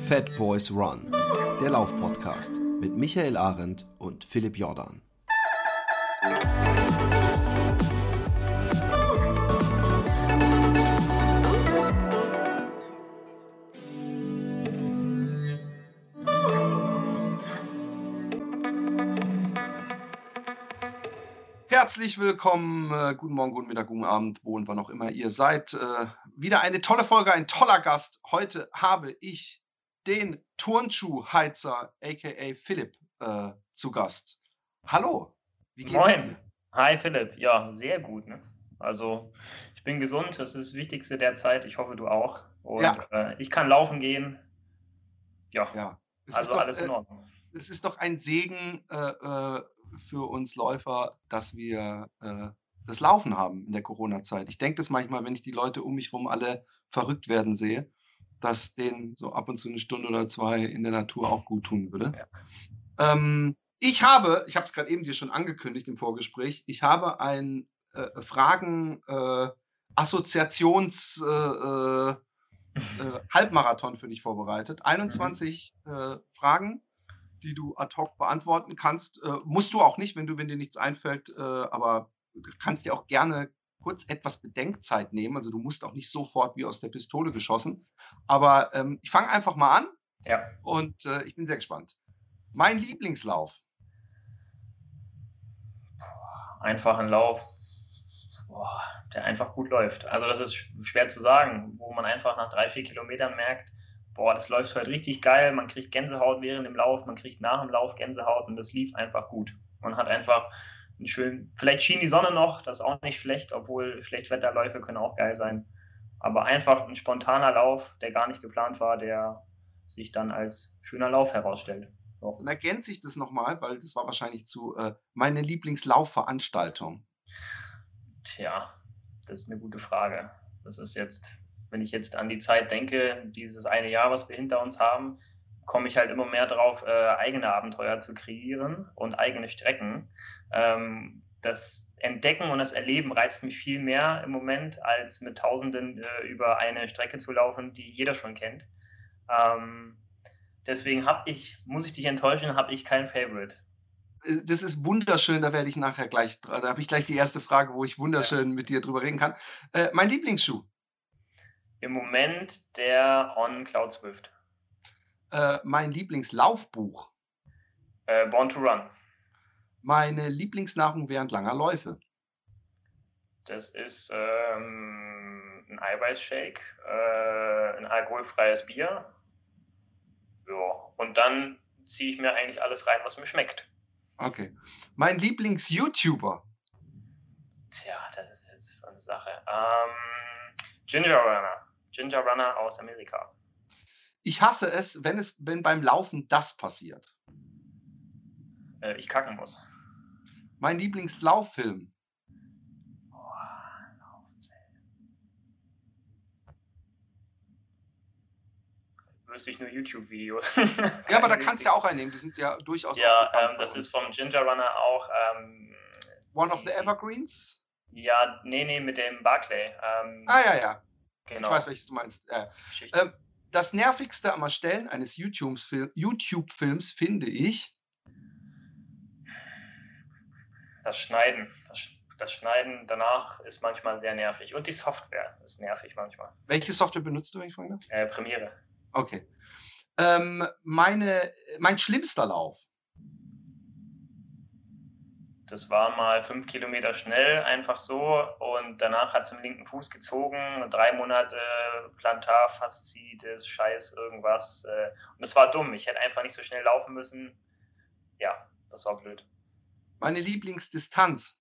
Fat Boys Run, der Laufpodcast mit Michael Arendt und Philipp Jordan. Herzlich willkommen, guten Morgen, guten Mittag, guten Abend, wo und wann auch immer ihr seid. Wieder eine tolle Folge, ein toller Gast. Heute habe ich den Turnschuhheizer, a.k.a. Philipp, zu Gast. Hallo, wie geht es dir? Moin. Hi Philipp. Ja, sehr gut. Ne? Also ich bin gesund, das ist das Wichtigste der Zeit. Ich hoffe, du auch. Und Ja, ich kann laufen gehen. Ja, ja. Es ist also doch, alles in Ordnung. es ist doch ein Segen für uns Läufer, dass wir das Laufen haben in der Corona-Zeit. Ich denke das manchmal, wenn ich die Leute um mich herum alle verrückt werden sehe, dass denen so ab und zu eine Stunde oder zwei in der Natur auch gut tun würde. Ja. Ich habe es gerade eben dir schon angekündigt im Vorgespräch, ich habe ein Fragen Assoziations Halbmarathon für dich vorbereitet. 21 Fragen, die du ad hoc beantworten kannst. Musst du auch nicht, wenn dir nichts einfällt, aber du kannst dir auch gerne kurz etwas Bedenkzeit nehmen. Also, du musst auch nicht sofort wie aus der Pistole geschossen. Aber, ich fange einfach mal an Ja. und, ich bin sehr gespannt. Mein Lieblingslauf. Einfach ein Lauf, der einfach gut läuft. Also das ist schwer zu sagen, wo man einfach nach 3-4 Kilometern merkt, boah, das läuft heute richtig geil, man kriegt Gänsehaut während dem Lauf, man kriegt nach dem Lauf Gänsehaut und das lief einfach gut. Man hat einfach einen schönen, vielleicht schien die Sonne noch, das ist auch nicht schlecht, obwohl Schlechtwetterläufe können auch geil sein. Aber einfach ein spontaner Lauf, der gar nicht geplant war, der sich dann als schöner Lauf herausstellt. So. Dann ergänze ich das noch mal, weil das war wahrscheinlich zu meine Lieblingslaufveranstaltung. Tja, das ist eine gute Frage. Das ist jetzt, wenn ich jetzt an die Zeit denke, dieses eine Jahr, was wir hinter uns haben, komme ich halt immer mehr drauf, eigene Abenteuer zu kreieren und eigene Strecken. Das Entdecken und das Erleben reizt mich viel mehr im Moment, als mit Tausenden über eine Strecke zu laufen, die jeder schon kennt. Deswegen muss ich dich enttäuschen, habe ich kein Favorite. Das ist wunderschön, da werde ich nachher gleich da habe ich gleich die erste Frage, wo ich Ja. wunderschön mit dir drüber reden kann. Mein Lieblingsschuh, Im Moment der On Cloud Swift. mein Lieblingslaufbuch, Born to Run. meine Lieblingsnahrung während langer Läufe, Das ist 'n Eiweißshake, 'n alkoholfreies Bier. Ja, und dann ziehe ich mir eigentlich alles rein, was mir schmeckt. okay. Mein Lieblings-YouTuber, Tja, das ist jetzt so 'ne Sache. Ginger Runner. Ginger Runner aus Amerika. ich hasse es, wenn beim Laufen das passiert. Ich kacken muss. Mein Lieblingslauffilm, Boah, wüsste ich nur YouTube-Videos. ja, aber da Keine kannst du ja richtigen. auch einen nehmen, die sind ja durchaus auch Ja, bekannt bei das ist uns. vom Ginger Runner auch, One of the die Evergreens? ja, ne, mit dem Barclay. Ah, ja, ja. Ich weiß, Genau, welches du meinst. Ja, ja. Geschichte. Das Nervigste am Erstellen eines YouTube-Films finde ich Das Schneiden. Das Schneiden danach ist manchmal sehr nervig. Und die Software ist nervig manchmal. welche Software benutzt du, wenn ich fragen darf? Premiere. Okay. Mein schlimmster Lauf. Das war mal 5 Kilometer schnell, einfach so. Und danach hat es im linken Fuß gezogen. 3 Monate Plantarfasziitis, Scheiß, irgendwas. Und es war dumm. Ich hätte einfach nicht so schnell laufen müssen. Ja, das war blöd. Meine Lieblingsdistanz.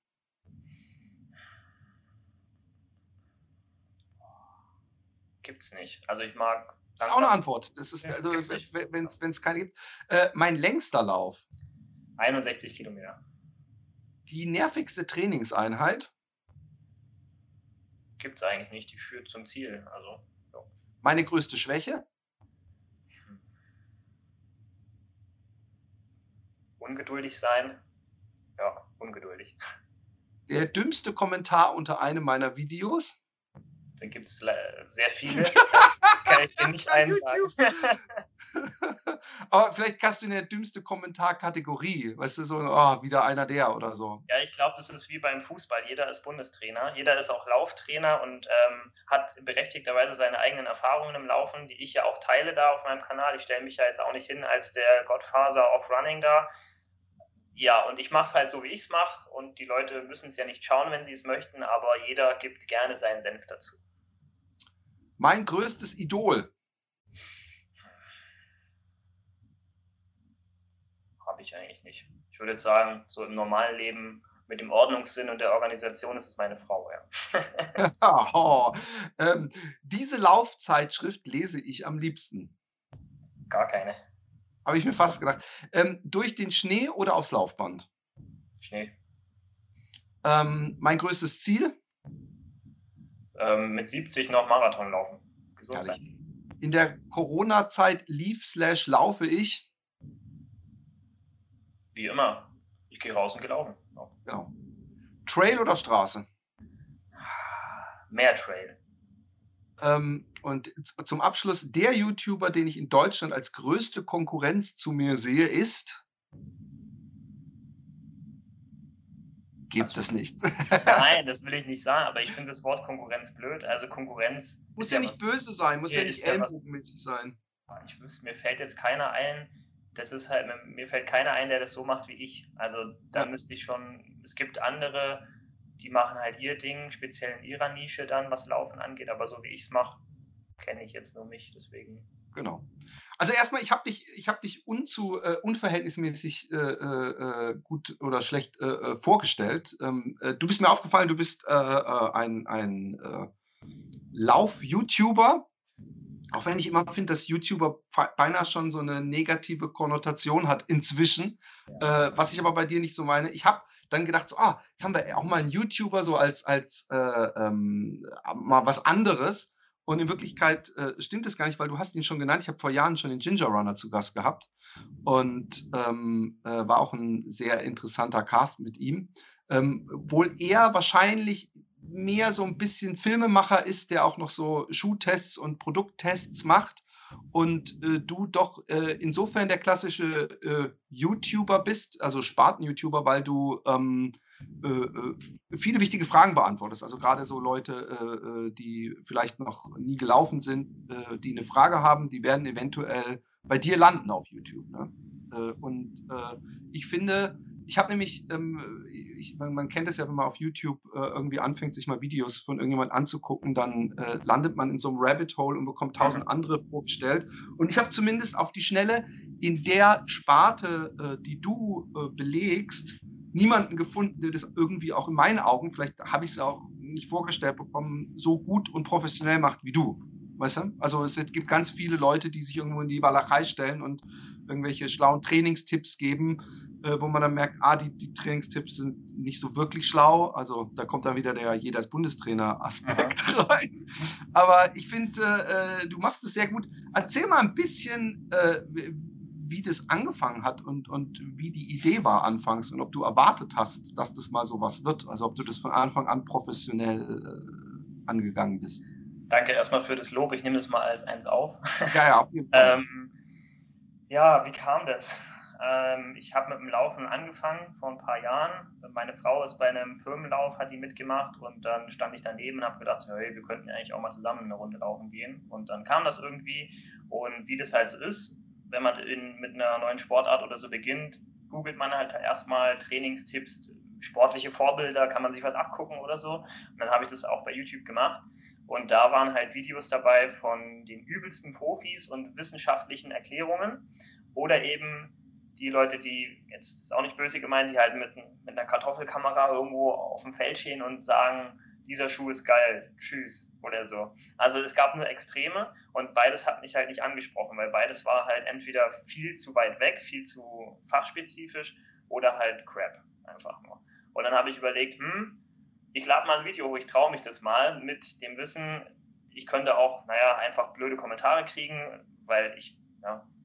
Gibt's nicht. Also ich mag Ist auch eine langsam. Antwort. Das ist Ne, also, gibt's nicht. wenn es keine gibt. Mein längster Lauf. 61 Kilometer. Die nervigste Trainingseinheit. Gibt's eigentlich nicht. Die führt zum Ziel. Also, ja. Meine größte Schwäche. Ungeduldig sein. Ja, ungeduldig. Der dümmste Kommentar unter einem meiner Videos. Da gibt es sehr viele. Kann ich dir nicht Bei einen YouTube. sagen. Aber vielleicht hast du eine dümmste Kommentarkategorie, weißt du, so: „Oh, wieder einer der“ oder so. Ja, ich glaube, das ist wie beim Fußball. Jeder ist Bundestrainer, jeder ist auch Lauftrainer und hat berechtigterweise seine eigenen Erfahrungen im Laufen, die ich ja auch teile da auf meinem Kanal. Ich stelle mich ja jetzt auch nicht hin als der Godfather of Running da. Ja, und ich mache es halt so, wie ich es mache und die Leute müssen es ja nicht schauen, wenn sie es möchten, aber jeder gibt gerne seinen Senf dazu. Mein größtes Idol. Habe ich eigentlich nicht. Ich würde jetzt sagen, so im normalen Leben mit dem Ordnungssinn und der Organisation ist es meine Frau, ja. Oh, diese Laufzeitschrift lese ich am liebsten. Gar keine. Habe ich mir fast gedacht. Durch den Schnee oder aufs Laufband? Schnee. Mein größtes Ziel? Mit 70 noch Marathon laufen. Gesund Herrlich. sein. In der Corona-Zeit lief/laufe ich? Wie immer. Ich gehe raus und gehe laufen. Ja. Genau. Trail oder Straße? Mehr Trail. Und zum Abschluss, der YouTuber, den ich in Deutschland als größte Konkurrenz zu mir sehe, ist? Gibt Also, es nicht. nein, das will ich nicht sagen, aber ich finde das Wort Konkurrenz blöd. Also Konkurrenz Muss ist ja ja nicht was, böse sein, muss ja nicht ist ja was, ellenbogenmäßig sein. mir fällt jetzt keiner ein, das ist halt, mir fällt keiner ein, der das so macht wie ich. Also da Ja, müsste ich schon, es gibt andere, die machen halt ihr Ding, speziell in ihrer Nische dann, was Laufen angeht, aber so wie ich es mache, kenne ich jetzt nur mich, deswegen. genau. Also erstmal, ich habe dich unverhältnismäßig, gut oder schlecht, vorgestellt. Du bist mir aufgefallen, du bist, ein Lauf-YouTuber, auch wenn ich immer finde, dass YouTuber beinahe schon so eine negative Konnotation hat inzwischen, was ich aber bei dir nicht so meine. Ich habe dann gedacht so: „Ah, jetzt haben wir auch mal einen YouTuber so mal was anderes.“ Und in Wirklichkeit, stimmt es gar nicht, weil du hast ihn schon genannt. Ich habe vor Jahren schon den Ginger Runner zu Gast gehabt und, war auch ein sehr interessanter Cast mit ihm. Obwohl er wahrscheinlich mehr so ein bisschen Filmemacher ist, der auch noch so Schuhtests und Produkttests macht und, du doch, insofern der klassische, YouTuber bist, also Sparten-YouTuber, weil du, viele wichtige Fragen beantwortest. Also, gerade so Leute, die vielleicht noch nie gelaufen sind, die eine Frage haben, die werden eventuell bei dir landen auf YouTube, ne? Ich finde, ich habe nämlich, man kennt es ja, wenn man auf YouTube, irgendwie anfängt, sich mal Videos von irgendjemand anzugucken, dann, landet man in so einem Rabbit Hole und bekommt Mhm. tausend andere vorgestellt. Und ich habe zumindest auf die Schnelle in der Sparte, die du, belegst, niemanden gefunden, der das irgendwie auch in meinen Augen, vielleicht habe ich es auch nicht vorgestellt bekommen, so gut und professionell macht wie du. Weißt du? Also, es gibt ganz viele Leute, die sich irgendwo in die Walachei stellen und irgendwelche schlauen Trainingstipps geben, wo man dann merkt, die Trainingstipps sind nicht so wirklich schlau. Also da kommt dann wieder der jeder ist Bundestrainer-Aspekt Mhm. rein. Aber ich finde, du machst es sehr gut. Erzähl mal ein bisschen, wie das angefangen hat und wie die Idee war anfangs und ob du erwartet hast, dass das mal so was wird. Also ob du das von Anfang an professionell angegangen bist. Danke erstmal für das Lob. Ich nehme das mal als eins auf. Ja, ja, auf jeden Fall. ähm, ja, wie kam das? Ich habe mit dem Laufen angefangen vor ein paar Jahren. Meine Frau ist bei einem Firmenlauf, hat die mitgemacht und dann stand ich daneben und habe gedacht, hey, wir könnten eigentlich auch mal zusammen eine Runde laufen gehen. Und dann kam das irgendwie und wie das halt so ist, wenn man mit einer neuen Sportart oder so beginnt, googelt man halt erstmal Trainingstipps, sportliche Vorbilder, kann man sich was abgucken oder so. Und dann habe ich das auch bei YouTube gemacht. Und da waren halt Videos dabei von den übelsten Profis und wissenschaftlichen Erklärungen oder eben die Leute, die, jetzt ist auch nicht böse gemeint, die halt mit einer Kartoffelkamera irgendwo auf dem Feld stehen und sagen, dieser Schuh ist geil, tschüss oder so. Also es gab nur Extreme und beides hat mich halt nicht angesprochen, weil beides war halt entweder viel zu weit weg, viel zu fachspezifisch oder halt Crap einfach nur. Und dann habe ich überlegt, ich lade mal ein Video hoch, ich traue mich das mal mit dem Wissen, ich könnte auch, naja, einfach blöde Kommentare kriegen, weil ich, ja,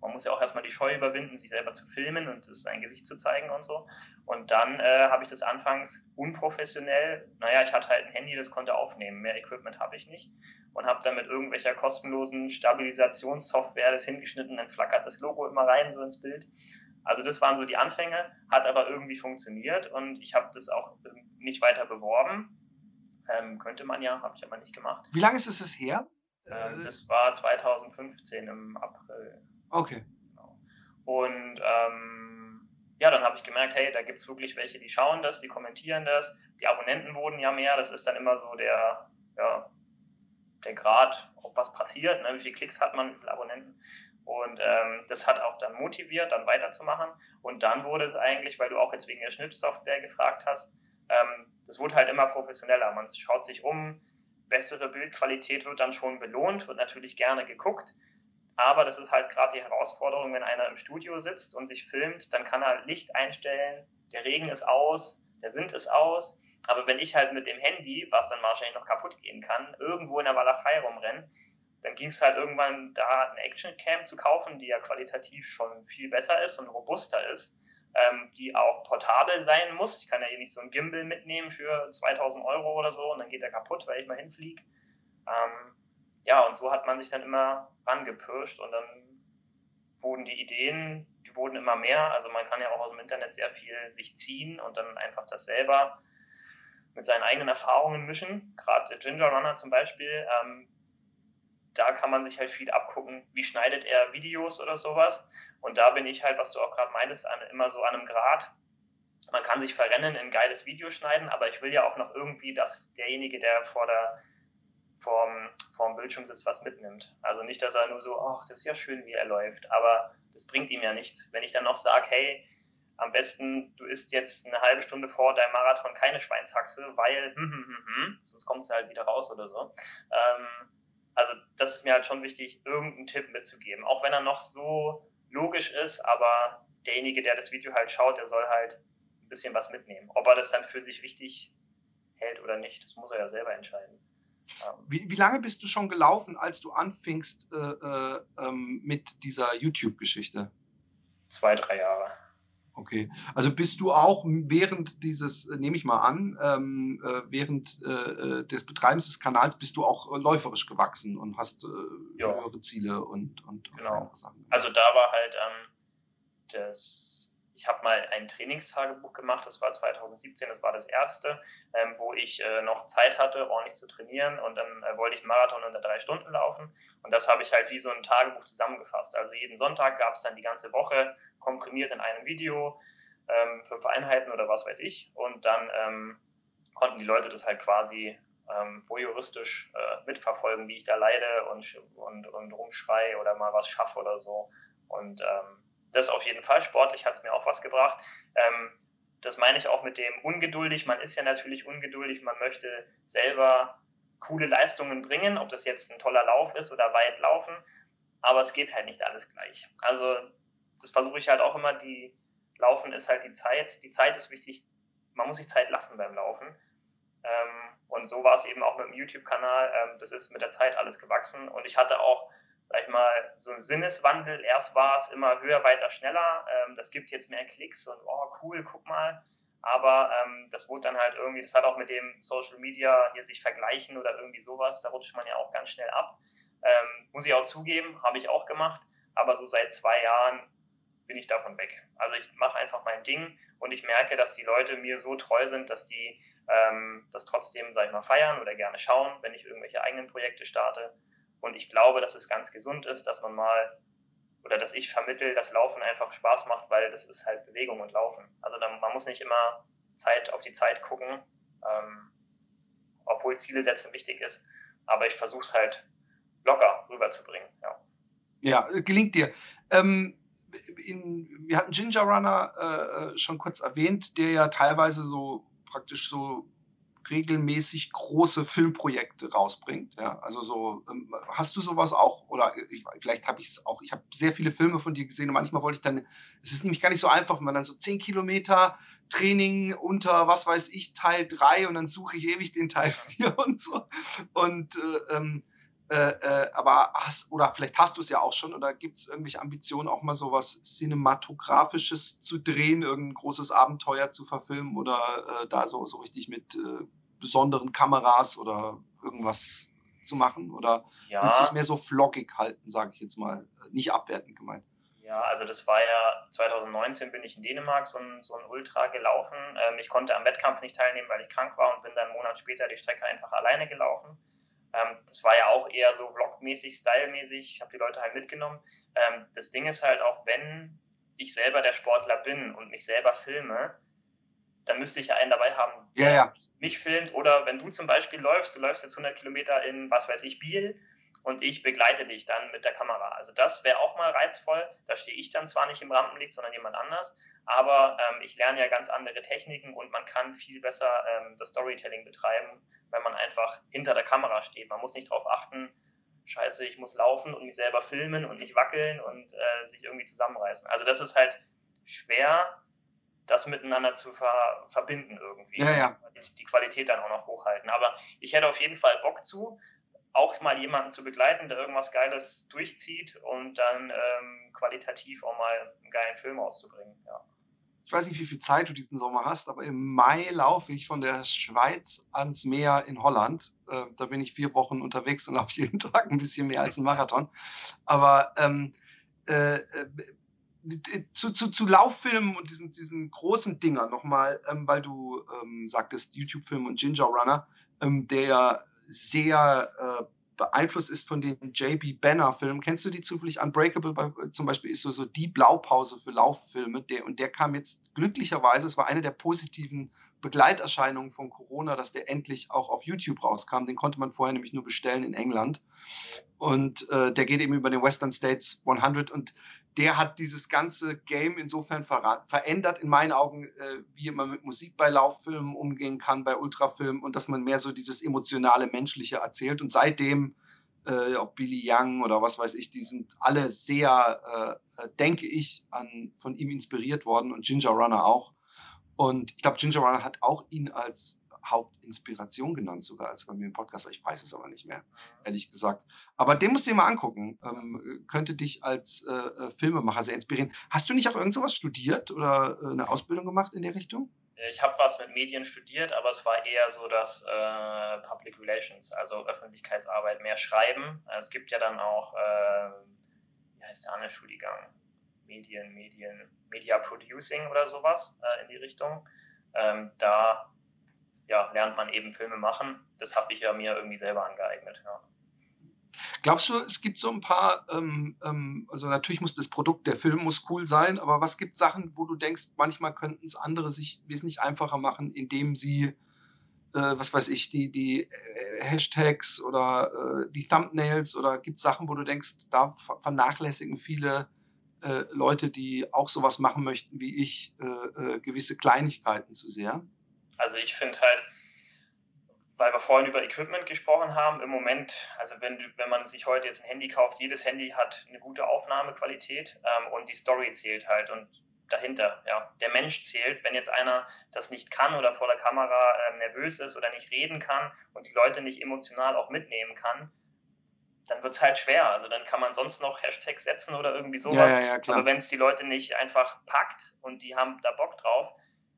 man muss ja auch erstmal die Scheu überwinden, sich selber zu filmen und sein Gesicht zu zeigen und so. Und dann habe ich das anfangs unprofessionell, naja, ich hatte halt ein Handy, das konnte aufnehmen, mehr Equipment habe ich nicht. Und habe dann mit irgendwelcher kostenlosen Stabilisationssoftware das hingeschnitten, dann flackert das Logo immer rein, so ins Bild. Also das waren so die Anfänge, hat aber irgendwie funktioniert und ich habe das auch nicht weiter beworben. Könnte man ja, habe ich aber nicht gemacht. Wie lange ist es her? Das war 2015 im April. Okay. Genau. Und ja, dann habe ich gemerkt, hey, da gibt es wirklich welche, die schauen das, die kommentieren das, die Abonnenten wurden ja mehr, das ist dann immer so der Grad, ob was passiert, ne? Wie viele Klicks hat man, wie viele Abonnenten. Und das hat auch dann motiviert, dann weiterzumachen. Und dann wurde es eigentlich, weil du auch jetzt wegen der Schnittsoftware gefragt hast, das wurde halt immer professioneller. Man schaut sich um, bessere Bildqualität wird dann schon belohnt, wird natürlich gerne geguckt. Aber das ist halt gerade die Herausforderung, wenn einer im Studio sitzt und sich filmt, dann kann er Licht einstellen, der Regen ist aus, der Wind ist aus. Aber wenn ich halt mit dem Handy, was dann wahrscheinlich noch kaputt gehen kann, irgendwo in der Walachei rumrenne, dann ging es halt irgendwann da eine Actioncam zu kaufen, die ja qualitativ schon viel besser ist und robuster ist, die auch portabel sein muss. Ich kann ja hier nicht so ein Gimbal mitnehmen für 2000 Euro oder so und dann geht der kaputt, weil ich mal hinfliege. Ja, und so hat man sich dann immer rangepirscht und dann wurden die Ideen, die wurden immer mehr. Also man kann ja auch aus dem Internet sehr viel sich ziehen und dann einfach das selber mit seinen eigenen Erfahrungen mischen. Gerade der Ginger Runner zum Beispiel, da kann man sich halt viel abgucken, wie schneidet er Videos oder sowas. Und da bin ich halt, was du auch gerade meintest, immer so an einem Grad. Man kann sich verrennen in ein geiles Video schneiden, aber ich will ja auch noch irgendwie, dass derjenige, der vorm Bildschirm sitzt, was mitnimmt. Also nicht, dass er nur so, ach, das ist ja schön, wie er läuft, aber das bringt ihm ja nichts. Wenn ich dann noch sage, hey, am besten, du isst jetzt eine halbe Stunde vor deinem Marathon keine Schweinshaxe, weil, sonst kommt es halt wieder raus oder so. Also das ist mir halt schon wichtig, irgendeinen Tipp mitzugeben. Auch wenn er noch so logisch ist, aber derjenige, der das Video halt schaut, der soll halt ein bisschen was mitnehmen. Ob er das dann für sich wichtig hält oder nicht, das muss er ja selber entscheiden. Wie lange bist du schon gelaufen, als du anfingst mit dieser YouTube-Geschichte? 2, 3 Jahre. Okay. Also bist du auch während dieses, nehme ich mal an, während des Betreibens des Kanals bist du auch läuferisch gewachsen und hast höhere Ziele und genau. andere Sachen. Also da war halt ich habe mal ein Trainingstagebuch gemacht, das war 2017, das war das erste, wo ich noch Zeit hatte, ordentlich zu trainieren und dann wollte ich einen Marathon unter 3 Stunden laufen und das habe ich halt wie so ein Tagebuch zusammengefasst. Also jeden Sonntag gab es dann die ganze Woche komprimiert in einem Video, 5 Einheiten oder was weiß ich und dann konnten die Leute das halt quasi voyeuristisch mitverfolgen, wie ich da leide und rumschreie oder mal was schaffe oder so und das auf jeden Fall. Sportlich hat es mir auch was gebracht. Das meine ich auch mit dem ungeduldig. Man ist ja natürlich ungeduldig. Man möchte selber coole Leistungen bringen, ob das jetzt ein toller Lauf ist oder weit laufen. Aber es geht halt nicht alles gleich. Also das versuche ich halt auch immer. Laufen ist halt die Zeit. Die Zeit ist wichtig. Man muss sich Zeit lassen beim Laufen. Und so war es eben auch mit dem YouTube-Kanal. Das ist mit der Zeit alles gewachsen. Und ich hatte auch, sag ich mal, so einen Sinneswandel. Erst war es immer höher, weiter, schneller. Das gibt jetzt mehr Klicks und oh cool, guck mal. Aber das wurde dann halt irgendwie, das hat auch mit dem Social Media hier sich vergleichen oder irgendwie sowas, da rutscht man ja auch ganz schnell ab. Muss ich auch zugeben, habe ich auch gemacht. Aber so seit 2 Jahren bin ich davon weg. Also ich mache einfach mein Ding und ich merke, dass die Leute mir so treu sind, dass die das trotzdem, sag ich mal, feiern oder gerne schauen, wenn ich irgendwelche eigenen Projekte starte. Und ich glaube, dass es ganz gesund ist, dass man mal oder dass ich vermittle, dass Laufen einfach Spaß macht, weil das ist halt Bewegung und Laufen. Also man muss nicht immer auf die Zeit gucken, obwohl Ziele setzen wichtig ist. Aber ich versuche es halt locker rüberzubringen. Ja, gelingt dir. Wir hatten Ginger Runner schon kurz erwähnt, der ja teilweise so praktisch so regelmäßig große Filmprojekte rausbringt. Ja? Also so, hast du sowas auch? Oder vielleicht habe ich es auch. Ich habe sehr viele Filme von dir gesehen und manchmal wollte ich dann, es ist nämlich gar nicht so einfach, wenn man dann so 10 Kilometer Training unter, was weiß ich, Teil 3 und dann suche ich ewig den Teil 4 und so. Und Aber vielleicht hast du es ja auch schon, oder gibt es irgendwelche Ambitionen, auch mal so was Cinematografisches zu drehen, irgendein großes Abenteuer zu verfilmen oder, da so richtig mit, besonderen Kameras oder irgendwas zu machen? Oder willst du es Ja, mehr so vloggig halten, sage ich jetzt mal, nicht abwertend gemeint? ja, also das war ja 2019 bin ich in Dänemark so ein Ultra gelaufen. Ich konnte am Wettkampf nicht teilnehmen, weil ich krank war und bin dann 'n Monat später die Strecke einfach alleine gelaufen. Das war ja auch eher so vlogmäßig, stylmäßig. Ich habe die Leute halt mitgenommen. Das Ding ist halt auch, wenn ich selber der Sportler bin und mich selber filme, dann müsste ich ja einen dabei haben, Ja, der ja. mich filmt. Oder wenn du zum Beispiel läufst, du läufst jetzt 100 Kilometer in, was weiß ich, Biel und ich begleite dich dann mit der Kamera. Also das wäre auch mal reizvoll. Da stehe ich dann zwar nicht im Rampenlicht, sondern jemand anders, aber ich lerne ja ganz andere Techniken und man kann viel besser das Storytelling betreiben, wenn man einfach hinter der Kamera steht. Man muss nicht darauf achten, scheiße, ich muss laufen und mich selber filmen und nicht wackeln und sich irgendwie zusammenreißen. Also das ist halt schwer, das miteinander zu verbinden irgendwie Ja, und ja. die Qualität dann auch noch hochhalten. Aber ich hätte auf jeden Fall Bock zu, auch mal jemanden zu begleiten, der irgendwas Geiles durchzieht und dann qualitativ auch mal einen geilen Film auszubringen. Ja. Ich weiß nicht, wie viel Zeit du diesen Sommer hast, aber im Mai laufe ich von der Schweiz ans Meer in Holland. Da bin ich 4 Wochen unterwegs und laufe jeden Tag ein bisschen mehr als 'n Marathon. Aber, zu Lauffilmen und diesen großen Dingern noch mal, weil du, sagtest YouTube-Film und Ginger Runner, der ja sehr, beeinflusst ist von den J.B. Benner-Filmen. Kennst du die zufällig? Unbreakable zum Beispiel ist so die Blaupause für Lauffilme. Der kam jetzt glücklicherweise, es war eine der positiven Begleiterscheinungen von Corona, dass der endlich auch auf YouTube rauskam. Den konnte man vorher nämlich nur bestellen in England. Und der geht eben über den Western States 100 und der hat dieses ganze Game insofern verändert in meinen Augen, wie man mit Musik bei Lauffilmen umgehen kann, bei Ultrafilmen und dass man mehr so dieses emotionale, menschliche erzählt. Und seitdem, ob Billy Young oder was weiß ich, die sind alle sehr, denke ich, von ihm inspiriert worden und Ginger Runner auch. Und ich glaube, Ginger Runner hat auch ihn als Hauptinspiration genannt, sogar als bei mir im Podcast, weil ich weiß es aber nicht mehr, ehrlich gesagt. Aber den musst du dir mal angucken. Könnte dich als Filmemacher sehr inspirieren. Hast du nicht auch irgend sowas studiert oder eine Ausbildung gemacht in der Richtung? Ich habe was mit Medien studiert, aber es war eher so das Public Relations, also Öffentlichkeitsarbeit, mehr Schreiben. Es gibt ja dann auch, wie heißt der andere Studiengang? Media Producing oder sowas in die Richtung. Da ja, lernt man eben Filme machen. Das habe ich ja mir irgendwie selber angeeignet. Ja. Glaubst du, es gibt so ein paar, also natürlich muss das Produkt, der Film muss cool sein, aber was gibt Sachen, wo du denkst, manchmal könnten es andere sich wesentlich einfacher machen, indem sie was weiß ich, die Hashtags oder die Thumbnails oder gibt es Sachen, wo du denkst, da vernachlässigen viele Leute, die auch sowas machen möchten wie ich, gewisse Kleinigkeiten zu sehr? Also ich finde halt, weil wir vorhin über Equipment gesprochen haben, im Moment, also wenn man sich heute jetzt ein Handy kauft, jedes Handy hat eine gute Aufnahmequalität und die Story zählt halt und dahinter, ja, der Mensch zählt. Wenn jetzt einer das nicht kann oder vor der Kamera nervös ist oder nicht reden kann und die Leute nicht emotional auch mitnehmen kann, dann wird es halt schwer. Also dann kann man sonst noch Hashtags setzen oder irgendwie Ja, sowas. ja, ja, Aber klar. wenn es die Leute nicht einfach packt und die haben da Bock drauf,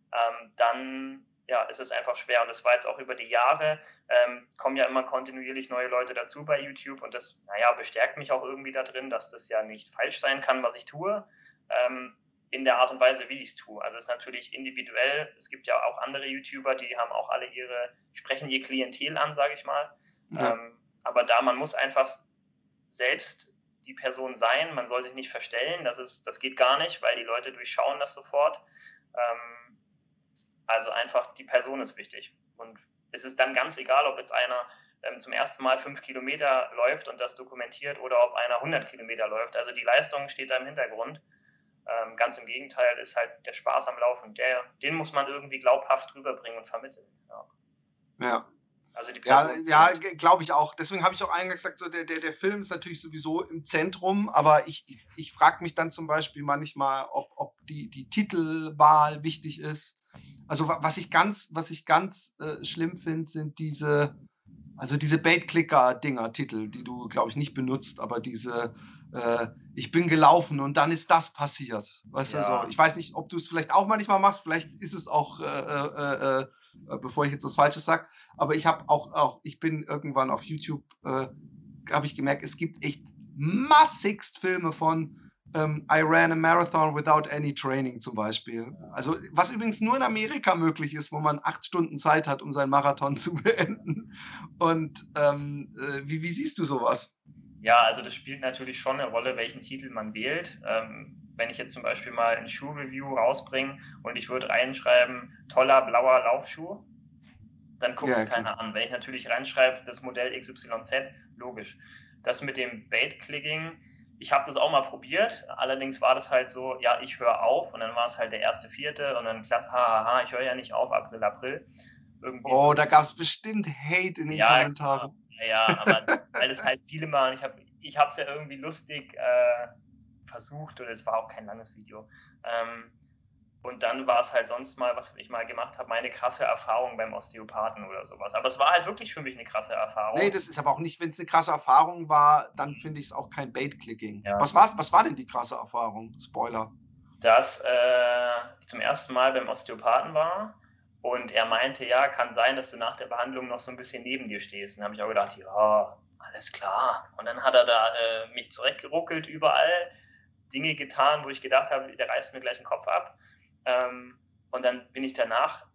dann ja, ist es einfach schwer. Und das war jetzt auch über die Jahre, kommen ja immer kontinuierlich neue Leute dazu bei YouTube und das, naja, bestärkt mich auch irgendwie da drin, dass das ja nicht falsch sein kann, was ich tue. In der Art und Weise, wie ich es tue. Also es ist natürlich individuell. Es gibt ja auch andere YouTuber, die haben auch alle sprechen ihr Klientel an, sage ich mal. Ja. Aber da man muss einfach selbst die Person sein, man soll sich nicht verstellen, das geht gar nicht, weil die Leute durchschauen das sofort. Also einfach die Person ist wichtig. Und es ist dann ganz egal, ob jetzt einer zum ersten Mal 5 Kilometer läuft und das dokumentiert oder ob einer 100 Kilometer läuft. Also die Leistung steht da im Hintergrund. Ganz im Gegenteil ist halt der Spaß am Laufen. Den muss man irgendwie glaubhaft rüberbringen und vermitteln. Ja. Ja. Also die Ja, Person ja, zählt. glaube ich auch. Deswegen habe ich auch eingangs gesagt, so der Film ist natürlich sowieso im Zentrum, aber ich frage mich dann zum Beispiel manchmal, ob die Titelwahl wichtig ist. Also was ich ganz schlimm finde, sind diese Also diese Bait-Clicker-Dinger, Titel, die du, glaube ich, nicht benutzt, aber diese, „Ich bin gelaufen und dann ist das passiert“, weißt du, so. Ja, Ich weiß nicht, ob du es vielleicht auch manchmal machst, vielleicht ist es auch, bevor ich jetzt was Falsches sage, aber ich bin irgendwann auf YouTube, habe ich gemerkt, es gibt echt massigst Filme von, „I ran a marathon without any training“ zum Beispiel. Also, was übrigens nur in Amerika möglich ist, wo man 8 Stunden Zeit hat, um seinen Marathon zu beenden. Und, wie siehst du sowas? ja, also das spielt natürlich schon eine Rolle, welchen Titel man wählt. Wenn ich jetzt zum Beispiel mal ein Schuhreview rausbringe und ich würde reinschreiben, toller blauer Laufschuh, dann guckt Ja, es klar. keiner an. Wenn ich natürlich reinschreibe, das Modell XYZ, logisch. Das mit dem Bait-Clicking, ich habe das auch mal probiert, allerdings war das halt so, ja, ich höre auf und dann war es halt der erste Vierte und dann klasse, hahaha, ich höre ja nicht auf, April, April. Irgendwie Oh, so, da gab's bestimmt Hate in den ja, klar, Kommentaren. ja, ja, aber weil es halt viele machen, ich habe es ja irgendwie lustig versucht und es war auch kein langes Video. Ähm, und dann war es halt sonst mal, was ich mal gemacht habe, meine krasse Erfahrung beim Osteopathen oder sowas. Aber es war halt wirklich für mich eine krasse Ne, Erfahrung. das ist aber auch nicht, wenn's 'ne krasse Erfahrung war, dann finde ich's auch kein Bait-Clicking. Ja, Was war denn die krasse Erfahrung? Spoiler. dass ich zum ersten Mal beim Osteopathen war und er meinte, ja, kann sein, dass du nach der Behandlung noch so ein bisschen neben dir stehst. Dann habe ich auch gedacht, ja, alles klar. Und dann hat er da mich zurechtgeruckelt überall, Dinge getan, wo ich gedacht habe, der reißt mir gleich den Kopf ab. Und dann bin ich danach,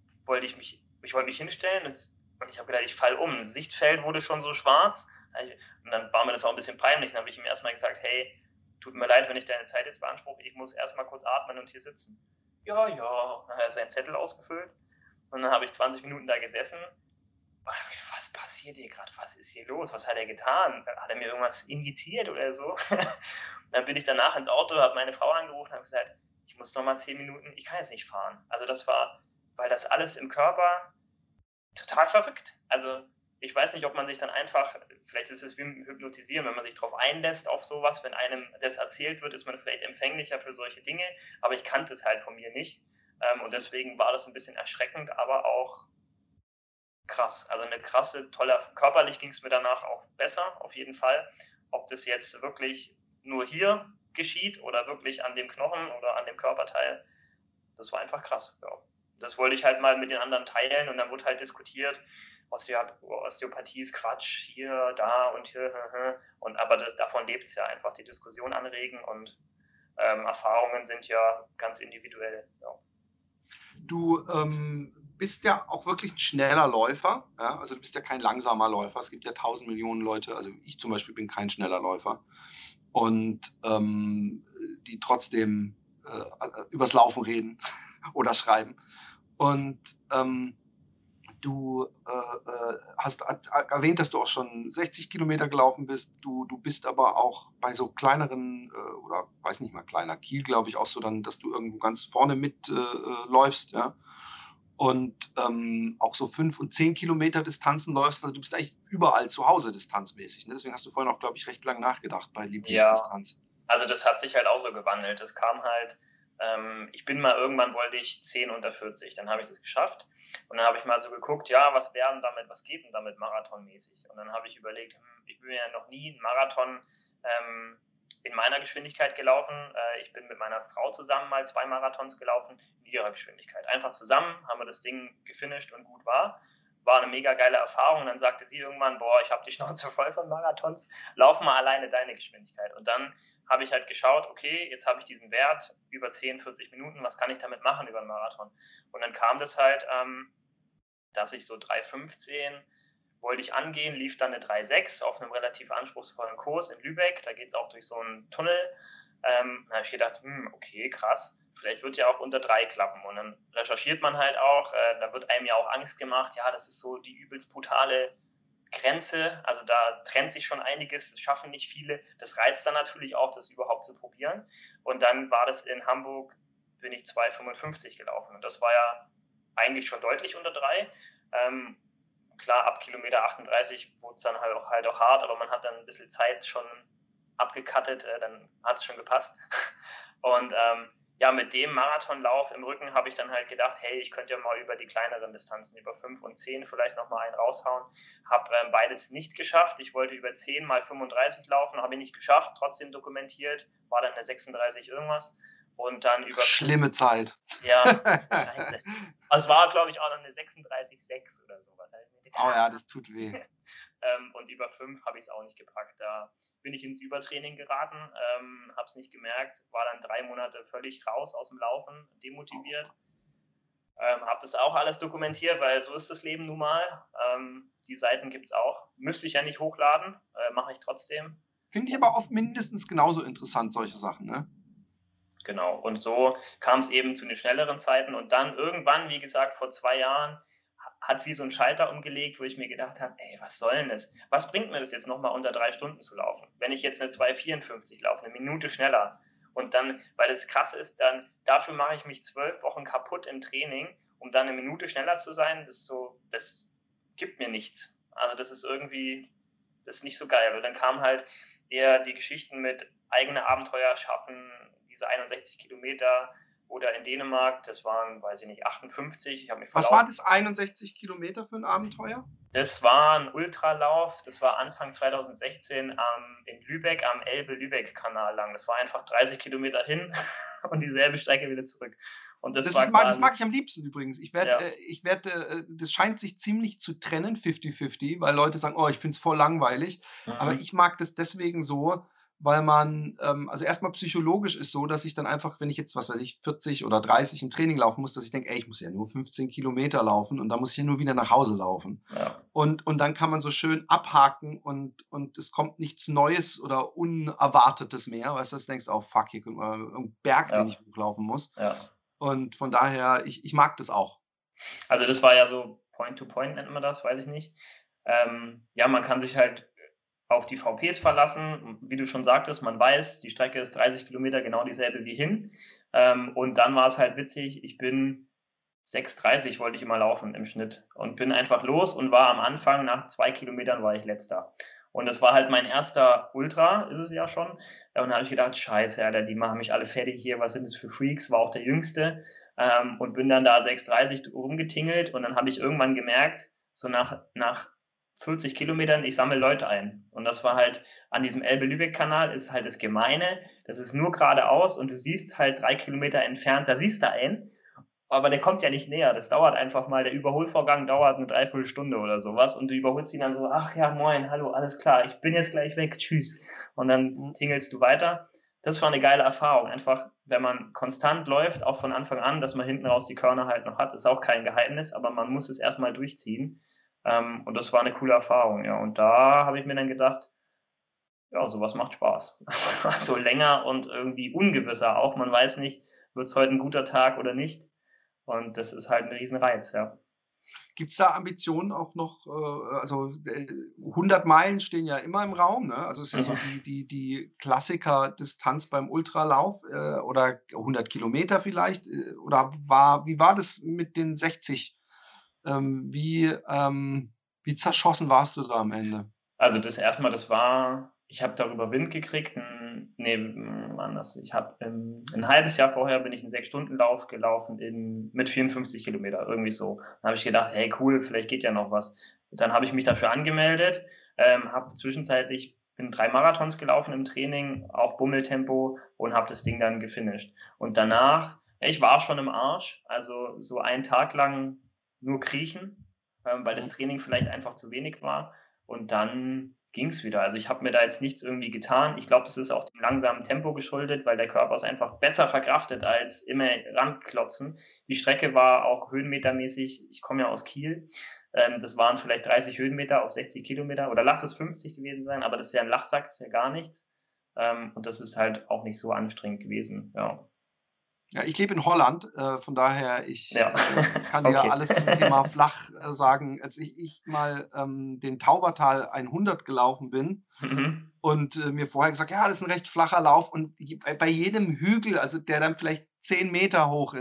ich wollte mich hinstellen und ich habe gedacht, ich falle um. Das Sichtfeld wurde schon so schwarz. Und dann war mir das auch ein bisschen peinlich. Dann habe ich ihm erstmal gesagt, hey, tut mir leid, wenn ich deine Zeit jetzt beanspruche. Ich muss erstmal kurz atmen und hier sitzen. Ja, ja. Dann hat er seinen Zettel ausgefüllt. Und dann habe ich 20 Minuten da gesessen. Und hab gedacht, was passiert hier gerade? Was ist hier los? Was hat er getan? Hat er mir irgendwas injiziert oder so? Dann bin ich danach ins Auto, habe meine Frau angerufen und habe gesagt, ich muss noch mal 10 Minuten, ich kann jetzt nicht fahren. Also das war, weil das alles im Körper total verrückt. Also ich weiß nicht, ob man sich dann einfach, vielleicht ist es wie im Hypnotisieren, wenn man sich darauf einlässt auf sowas, wenn einem das erzählt wird, ist man vielleicht empfänglicher für solche Dinge, aber ich kannte es halt von mir nicht. Und deswegen war das ein bisschen erschreckend, aber auch krass. Also eine krasse, tolle, körperlich ging es mir danach auch besser, auf jeden Fall. Ob das jetzt wirklich nur hier geschieht oder wirklich an dem Knochen oder an dem Körperteil, das war einfach krass. Ja. Das wollte ich halt mal mit den anderen teilen und dann wurde halt diskutiert, Osteopathie ist Quatsch, hier, da und hier. Und aber davon lebt es ja einfach, die Diskussion anregen und Erfahrungen sind ja ganz individuell. Ja. Du, bist ja auch wirklich 'n schneller Läufer, ja? Also, du bist ja kein langsamer Läufer. Es gibt ja 1.000.000.000 Leute, also, ich zum Beispiel bin kein schneller Läufer und, die trotzdem, übers Laufen reden oder schreiben. Und, du, hast erwähnt, dass du auch schon 60 Kilometer gelaufen bist. Du bist aber auch bei so kleineren, oder weiß nicht mal, kleiner Kiel, glaube ich, auch so dann, dass du irgendwo ganz vorne mit, läufst, ja? Und, auch so 5 und 10 Kilometer Distanzen läufst. Also, du bist eigentlich überall zu Hause distanzmäßig, ne? Deswegen hast du vorhin auch, glaube ich, recht lang nachgedacht bei Ja, Lieblingsdistanz. also das hat sich halt auch so gewandelt. Es kam halt, ich bin mal irgendwann wollte ich 10 unter 40, dann habe ich das geschafft. Und dann habe ich mal so geguckt, ja, was geht denn damit marathonmäßig? Und dann habe ich überlegt, ich bin ja noch nie einen Marathon in meiner Geschwindigkeit gelaufen. Ich bin mit meiner Frau zusammen mal 2 Marathons gelaufen in ihrer Geschwindigkeit. Einfach zusammen haben wir das Ding gefinisht und gut war. War eine mega geile Erfahrung. Und dann sagte sie irgendwann, boah, ich habe die Schnauze voll von Marathons, lauf mal alleine deine Geschwindigkeit. Und dann habe ich halt geschaut, okay, jetzt habe ich diesen Wert über 10, 40 Minuten, was kann ich damit machen über einen Marathon? Und dann kam das halt, dass ich so 3,15 wollte ich angehen, lief dann eine 3,6 auf einem relativ anspruchsvollen Kurs in Lübeck. Da geht es auch durch so einen Tunnel. Dann habe ich gedacht, okay, krass, vielleicht wird ja auch unter 3 klappen. Und dann recherchiert man halt auch, da wird einem ja auch Angst gemacht, ja, das ist so die übelst brutale Grenze. Also da trennt sich schon einiges, das schaffen nicht viele. Das reizt dann natürlich auch, das überhaupt zu probieren. Und dann war das in Hamburg, bin ich 2,55 gelaufen. Und das war ja eigentlich schon deutlich unter 3. Klar, ab Kilometer 38 wurde es dann halt auch hart, aber man hat dann ein bisschen Zeit schon abgekattet, dann hat es schon gepasst. Und ja, mit dem Marathonlauf im Rücken habe ich dann halt gedacht, hey, ich könnte ja mal über die kleineren Distanzen, über 5 und 10 vielleicht noch mal einen raushauen. Habe beides nicht geschafft. Ich wollte über 10 mal 35 laufen, habe ich nicht geschafft, trotzdem dokumentiert, war dann eine 36 irgendwas und dann über 5, Schlimme Zeit. ja, scheiße. Also es war, glaube ich, auch noch eine 36,6 oder sowas. Da hab ich mir Oh gedacht, ja, das tut weh. und über 5 habe ich es auch nicht gepackt. Da bin ich ins Übertraining geraten, habe es nicht gemerkt, war dann 3 Monate völlig raus aus dem Laufen, demotiviert. Habe das auch alles dokumentiert, weil so ist das Leben nun mal. Die Seiten gibt es auch. Müsste ich ja nicht hochladen, mache ich trotzdem. Finde ich aber oft mindestens genauso interessant, solche Sachen, ne? Genau. Und so kam es eben zu den schnelleren Zeiten. Und dann irgendwann, wie gesagt, vor 2 Jahren, hat wie so ein Schalter umgelegt, wo ich mir gedacht habe, ey, was soll denn das? Was bringt mir das jetzt nochmal unter 3 Stunden zu laufen? Wenn ich jetzt eine 2,54 laufe, eine Minute schneller. Und dann, weil das krass ist, dann dafür mache ich mich 12 Wochen kaputt im Training, um dann eine Minute schneller zu sein. Das ist so, das gibt mir nichts. Also das ist irgendwie, das ist nicht so geil. Und dann kam halt eher die Geschichten mit eigene Abenteuer schaffen, diese 61 Kilometer oder in Dänemark, das waren, weiß ich nicht, 58, ich habe mich Was war verlaufen. das 61 Kilometer für ein Abenteuer? Das war ein Ultralauf, das war Anfang 2016 in Lübeck am Elbe-Lübeck-Kanal lang. Das war einfach 30 Kilometer hin und dieselbe Strecke wieder zurück. Und das war Das quasi, mag ich am liebsten übrigens. ja, Das scheint sich ziemlich zu trennen, 50-50, weil Leute sagen: „Oh, ich finde es voll langweilig.“ Aber mhm, ich mag das deswegen so, weil man also erstmal psychologisch ist so, dass ich dann einfach, wenn ich jetzt, was weiß ich, 40 oder 30 im Training laufen muss, dass ich denke: „Ey, ich muss ja nur 15 Kilometer laufen und dann muss ich ja nur wieder nach Hause laufen.“ ja, Und dann kann man so schön abhaken und es kommt nichts Neues oder Unerwartetes mehr, weißt du, dass du denkst: „Oh fuck, hier kommt mal irgend Berg, den ja, ich hochlaufen muss.“ ja. Und von daher, ich mag das auch. Also das war ja so Point-to-Point nennt man das, weiß ich nicht. Ja, man kann sich halt auf die VPs verlassen. Wie du schon sagtest, man weiß, die Strecke ist 30 Kilometer genau dieselbe wie hin. Und dann war es halt witzig, ich bin 6,30 wollte ich immer laufen im Schnitt und bin einfach los und war am Anfang, nach 2 Kilometern war ich letzter. Und das war halt mein erster Ultra, ist es ja schon. Und da habe ich gedacht, scheiße, Alter, die machen mich alle fertig hier, was sind das für Freaks, war auch der Jüngste. Und bin dann da 6,30 rumgetingelt und dann habe ich irgendwann gemerkt, so nach 40 Kilometern, ich sammle Leute ein. Und das war halt an diesem Elbe-Lübeck-Kanal ist halt das Gemeine, das ist nur geradeaus und du siehst halt 3 Kilometer entfernt, da siehst du einen, aber der kommt ja nicht näher. Das dauert einfach mal, der Überholvorgang dauert eine Dreiviertelstunde oder sowas und du überholst ihn dann so, ach ja, moin, hallo, alles klar, ich bin jetzt gleich weg, tschüss. Und dann Mhm. tingelst du weiter. Das war eine geile Erfahrung. Einfach, wenn man konstant läuft, auch von Anfang an, dass man hinten raus die Körner halt noch hat, ist auch kein Geheimnis, aber man muss es erstmal durchziehen. Und das war eine coole Erfahrung, ja. Und da habe ich mir dann gedacht, ja, sowas macht Spaß. Also länger und irgendwie ungewisser auch. Man weiß nicht, wird es heute ein guter Tag oder nicht. Und das ist halt 'n Riesenreiz, ja. Gibt's da Ambitionen auch noch, 100 Meilen stehen ja immer im Raum, ne? Also, ist ja so Mhm. die Klassiker-Distanz beim Ultralauf, oder 100 Kilometer vielleicht, oder wie war das mit den 60? Wie zerschossen warst du da am Ende? Also, das erst mal, das war ich habe darüber Wind gekriegt, anders. Ich habe 'n halbes Jahr vorher bin ich 'n 6-Stunden-Lauf gelaufen mit 54 Kilometer, irgendwie so. Dann habe ich gedacht: „Hey, cool, vielleicht geht ja noch was.“ Dann habe ich mich dafür angemeldet, habe zwischenzeitlich bin 3 Marathons gelaufen im Training, auch Bummeltempo und habe das Ding dann gefinisht. Und danach ich war schon im Arsch, also, so einen Tag lang nur kriechen, weil das Mhm. Training vielleicht einfach zu wenig war. Und dann ging's wieder. Also, ich habe mir da jetzt nichts irgendwie getan. Ich glaube, das ist auch dem langsamen Tempo geschuldet, weil der Körper es einfach besser verkraftet als immer ranklotzen. Die Strecke war auch höhenmetermäßig, ich komme ja aus Kiel, das waren vielleicht 30 Höhenmeter auf 60 Kilometer oder lass es 50 gewesen sein, aber das ist ja ein Lachsack, ist ja gar nichts. Und das ist halt auch nicht so anstrengend gewesen, ja. Ja, ich lebe in Holland, von daher, Ja, kann dir okay. alles zum Thema flach, sagen. Als ich mal, den Taubertal 100 gelaufen bin Mhm. und, mir vorher gesagt: „Ja, das ist 'n recht flacher Lauf“, und bei jedem Hügel, also der dann vielleicht 10 Meter hoch ist,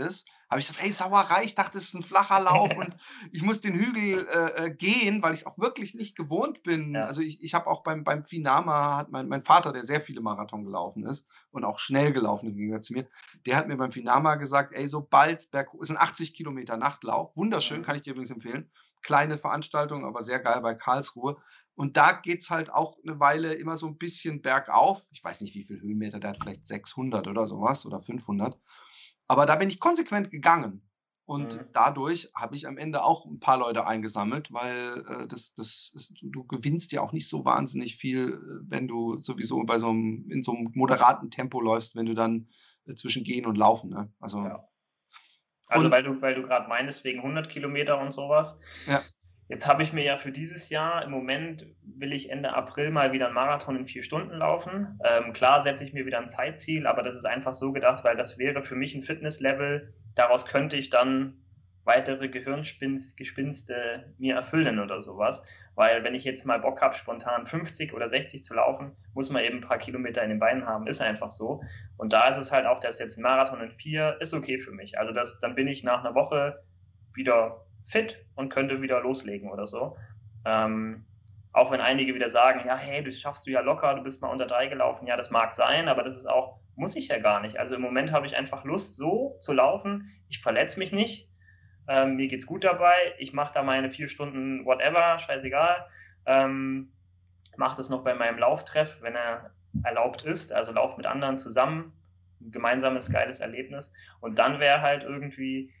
habe ich gesagt: „Ey, Sauerei, ich dachte, es ist ein flacher Lauf und ich muss den Hügel, gehen", weil ich's auch wirklich nicht gewohnt bin. Ja. Also, ich habe auch beim Finama hat mein Vater, der sehr viele Marathon gelaufen ist und auch schnell gelaufen im Gegensatz zu mir, der hat mir beim Finama gesagt: „Ey, sobald's bergho" ist 'n 80 Kilometer Nachtlauf, wunderschön, Mhm. kann ich dir übrigens empfehlen. Kleine Veranstaltung, aber sehr geil bei Karlsruhe. Und da geht's halt auch 'ne Weile immer so 'n bisschen bergauf. Ich weiß nicht, wie viel Höhenmeter der hat, vielleicht 600 oder so was oder 500. Aber da bin ich konsequent gegangen. Und Mhm. dadurch habe ich am Ende auch 'n paar Leute eingesammelt, weil, das ist du gewinnst ja auch nicht so wahnsinnig viel, wenn du sowieso bei so 'm in so 'nem moderaten Tempo läufst, wenn du dann, zwischen Gehen und Laufen, ne? Also Ja. Also, und weil du gerade meintest, wegen 100 Kilometer und sowas. ja. Jetzt habe ich mir ja für dieses Jahr im Moment will ich Ende April mal wieder 'n Marathon in 4 Stunden laufen. Klar setze ich mir wieder 'n Zeitziel, aber das ist einfach so gedacht, weil das wäre für mich 'n Fitnesslevel, daraus könnte ich dann weitere Gehirngespinste mir erfüllen oder so was. Weil wenn ich jetzt mal Bock habe, spontan 50 oder 60 zu laufen, muss man eben 'n paar Kilometer in den Beinen haben, ist einfach so. Und da ist es halt auch, dass jetzt 'n Marathon in 4 ist okay für mich. Also, das dann bin ich nach 'ner Woche wieder fit und könnte wieder loslegen oder so. Ähm, auch wenn einige wieder sagen: „Ja, hey, das schaffst du ja locker, du bist mal unter 3 gelaufen." Ja, das mag sein, aber das ist auch muss ich ja gar nicht. Also, im Moment habe ich einfach Lust, so zu laufen. Ich verletze mich nicht. Mir geht's gut dabei. Ich mache da meine 4 Stunden whatever, scheißegal. Ähm, mache das noch bei meinem Lauftreff, wenn er erlaubt ist, also laufe mit anderen zusammen, 'n gemeinsames geiles Erlebnis. Und dann wäre halt irgendwie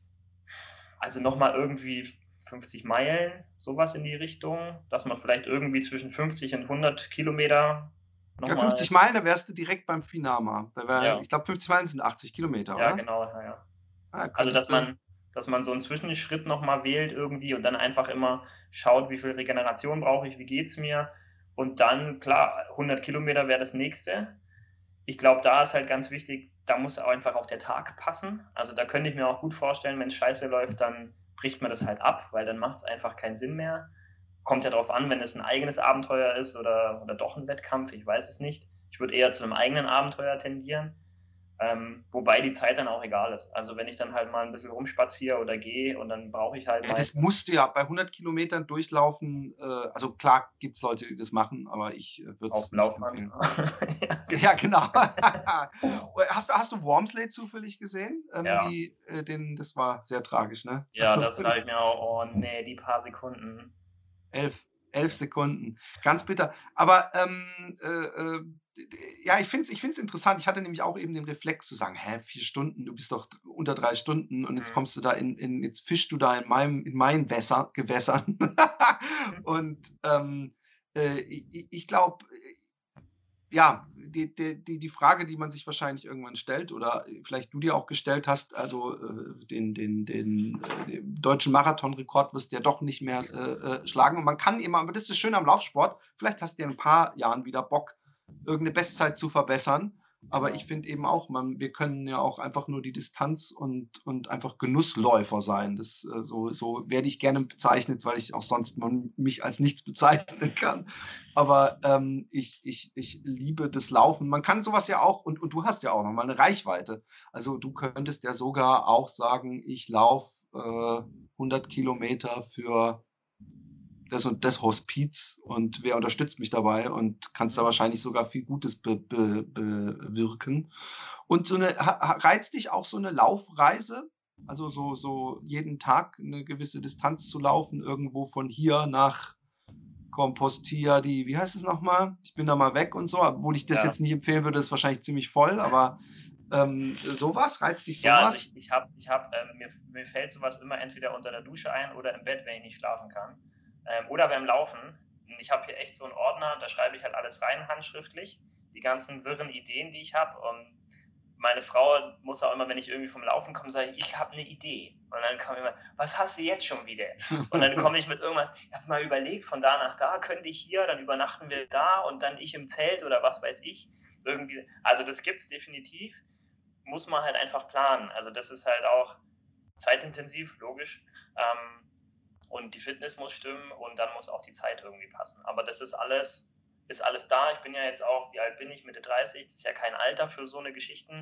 also noch mal irgendwie 50 Meilen, sowas in die Richtung, dass man vielleicht irgendwie zwischen 50 und 100 Kilometer noch Ja, mal 50 Meilen, da wärst du direkt beim Finama. Da wäre ja, ich glaube, 50 Meilen sind 80 Kilometer, ja, oder? genau, ja, ja. Ah, Also, könntest du dass man so 'n Zwischenschritt noch mal wählt irgendwie und dann einfach immer schaut, wie viel Regeneration brauche ich, wie geht's mir? Und dann, klar, 100 Kilometer wäre das Nächste. Ich glaube, da ist halt ganz wichtig, da muss auch einfach auch der Tag passen. Also, da könnte ich mir auch gut vorstellen, wenn's scheiße läuft, dann bricht man das halt ab, weil dann macht's einfach keinen Sinn mehr. Kommt ja drauf an, wenn es 'n eigenes Abenteuer ist oder doch 'n Wettkampf, ich weiß es nicht. Ich würde eher zu 'nem eigenen Abenteuer tendieren. Wobei die Zeit dann auch egal ist. Also, wenn ich dann halt mal 'n bisschen rumspaziere oder gehe und dann brauche ich halt ja, das meistens musst du ja bei 100 Kilometern durchlaufen, also klar gibt's Leute, die das machen, aber ich, würde auf es dem nicht Laufband. empfehlen. Ja, Ja, genau. genau. Hast du Wormsley zufällig gesehen? Ja, Die, das war sehr tragisch, ne? ja, Also, das sage ich mir auch: „Oh ne, die paar Sekunden." 11 Sekunden. Ganz Krass. bitter. Aber, d d ja, ich finde es interessant. Ich hatte nämlich auch eben den Reflex zu sagen: „Hä, 4 Stunden, du bist doch unter 3 Stunden und jetzt Mhm. kommst du da jetzt fischst du da in meinen Gewässern." Und, ich glaube, ja, die Frage, die man sich wahrscheinlich irgendwann stellt oder vielleicht du dir auch gestellt hast, also, den deutschen Marathonrekord wirst du ja doch nicht mehr, schlagen. Und man kann immer aber das ist das Schöne am Laufsport, vielleicht hast du ja in 'n paar Jahren wieder Bock, irgend 'ne Bestzeit zu verbessern. Aber ich Genau. finde eben auch, wir können ja auch einfach nur die Distanz und einfach Genussläufer sein. So werde ich gerne bezeichnet, weil ich auch sonst man mich als nichts bezeichnen kann. Aber, ich liebe das Laufen. Man kann sowas ja auch und du hast ja auch noch mal 'ne Reichweite. Also, du könntest ja sogar auch sagen: „Ich laufe, 100 Kilometer für das und das Hospiz und wer unterstützt mich dabei?" Und kannst da Mhm. wahrscheinlich sogar viel Gutes bewirken. Und so 'ne reizt dich auch so 'ne Laufreise? Also, so jeden Tag 'ne gewisse Distanz zu laufen, irgendwo von hier nach Compostilla die wie heißt es noch mal? Ich bin da mal weg und so, obwohl ich das Ja. jetzt nicht empfehlen würde, ist wahrscheinlich ziemlich voll, aber, so was? Reizt dich Ja, so also was? mir fällt so was immer entweder unter der Dusche ein oder im Bett, wenn ich nicht schlafen kann, oder beim Laufen. Und ich habe hier echt so 'n Ordner, da schreibe ich halt alles rein handschriftlich, die ganzen wirren Ideen, die ich habe. Und meine Frau muss auch immer, wenn ich irgendwie vom Laufen komme, sage ich: „Ich habe 'ne Idee." Und dann kommt immer: „Was hast du jetzt schon wieder?" Und dann komme ich mit irgendwas: „Ich habe mal überlegt, von da nach da könnte ich hier, dann übernachten wir da und dann ich im Zelt" oder was weiß ich. Irgendwie also, das gibt's definitiv, muss man halt einfach planen. Also, das ist halt auch zeitintensiv, logisch. Und die Fitness muss stimmen und dann muss auch die Zeit irgendwie passen. Aber das ist alles da. Ich bin ja jetzt auch wie alt bin ich? Mitte 30, das ist ja kein Alter für so eine Geschichten.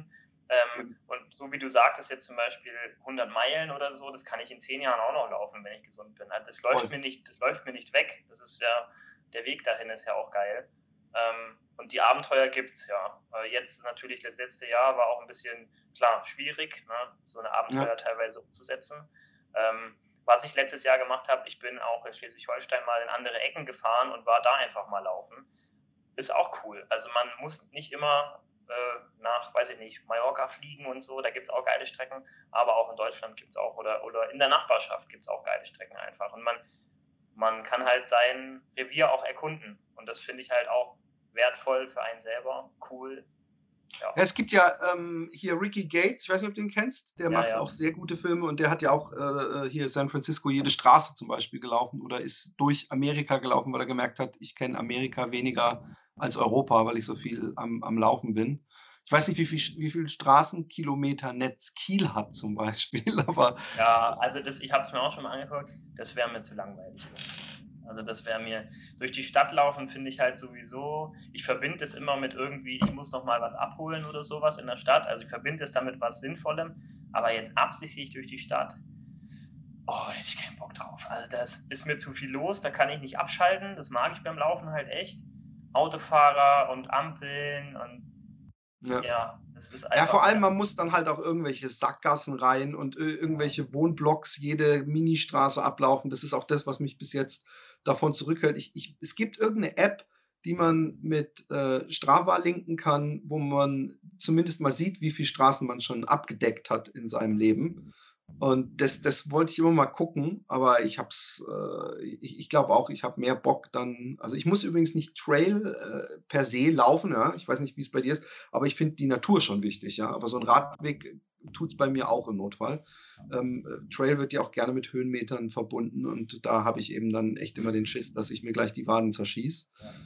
Und so wie du sagtest, jetzt zum Beispiel 100 Meilen oder so, das kann ich in 10 Jahren auch noch laufen, wenn ich gesund bin. Also das läuft mir nicht weg. Das ist ja, der Weg dahin ist ja auch geil. Und die Abenteuer gibt's ja. Jetzt natürlich, das letzte Jahr war auch ein bisschen, klar, schwierig, ne, so eine Abenteuer teilweise umzusetzen. Was ich letztes Jahr gemacht habe, ich bin auch in Schleswig-Holstein mal in andere Ecken gefahren und war da einfach mal laufen. Ist auch cool. Also man muss nicht immer nach, weiß ich nicht, Mallorca fliegen und so, da gibt es auch geile Strecken, aber auch in Deutschland gibt es auch, oder in der Nachbarschaft gibt es auch geile Strecken einfach. Und man kann halt sein Revier auch erkunden. Und das finde ich halt auch wertvoll für einen selber, cool. Ja, es gibt ja hier Ricky Gates, ich weiß nicht, ob du den kennst, der macht auch sehr gute Filme und der hat ja auch hier San Francisco jede Straße zum Beispiel gelaufen oder ist durch Amerika gelaufen, weil er gemerkt hat, ich kenne Amerika weniger als Europa, weil ich so viel am Laufen bin. Ich weiß nicht, wie viel Straßenkilometer Netz Kiel hat zum Beispiel, aber ja, also ich habe es mir auch schon mal angeguckt, das wäre mir zu langweilig. Also das wäre mir, durch die Stadt laufen finde ich halt sowieso, ich verbinde es immer mit irgendwie, ich muss noch mal was abholen oder sowas in der Stadt, also ich verbinde es damit was Sinnvollem, aber jetzt absichtlich durch die Stadt, oh, da hätte ich keinen Bock drauf. Also das ist mir zu viel los, da kann ich nicht abschalten, das mag ich beim Laufen halt echt. Autofahrer und Ampeln und ja, das ist ja, vor einfach, allem, man muss dann halt auch irgendwelche Sackgassen rein und irgendwelche Wohnblocks, jede Ministraße ablaufen. Das ist auch das, was mich bis jetzt davon zurückhält. Es gibt irgendeine App, die man mit Strava linken kann, wo man zumindest mal sieht, wie viele Straßen man schon abgedeckt hat in seinem Leben. Und das wollte ich immer mal gucken, aber ich glaube auch, ich habe mehr Bock dann. Also ich muss übrigens nicht Trail per se laufen, ja. Ich weiß nicht, wie es bei dir ist, aber ich finde die Natur schon wichtig, ja. Aber so ein Radweg tut es bei mir auch im Notfall. Trail wird ja auch gerne mit Höhenmetern verbunden und da habe ich eben dann echt immer den Schiss, dass ich mir gleich die Waden zerschieße.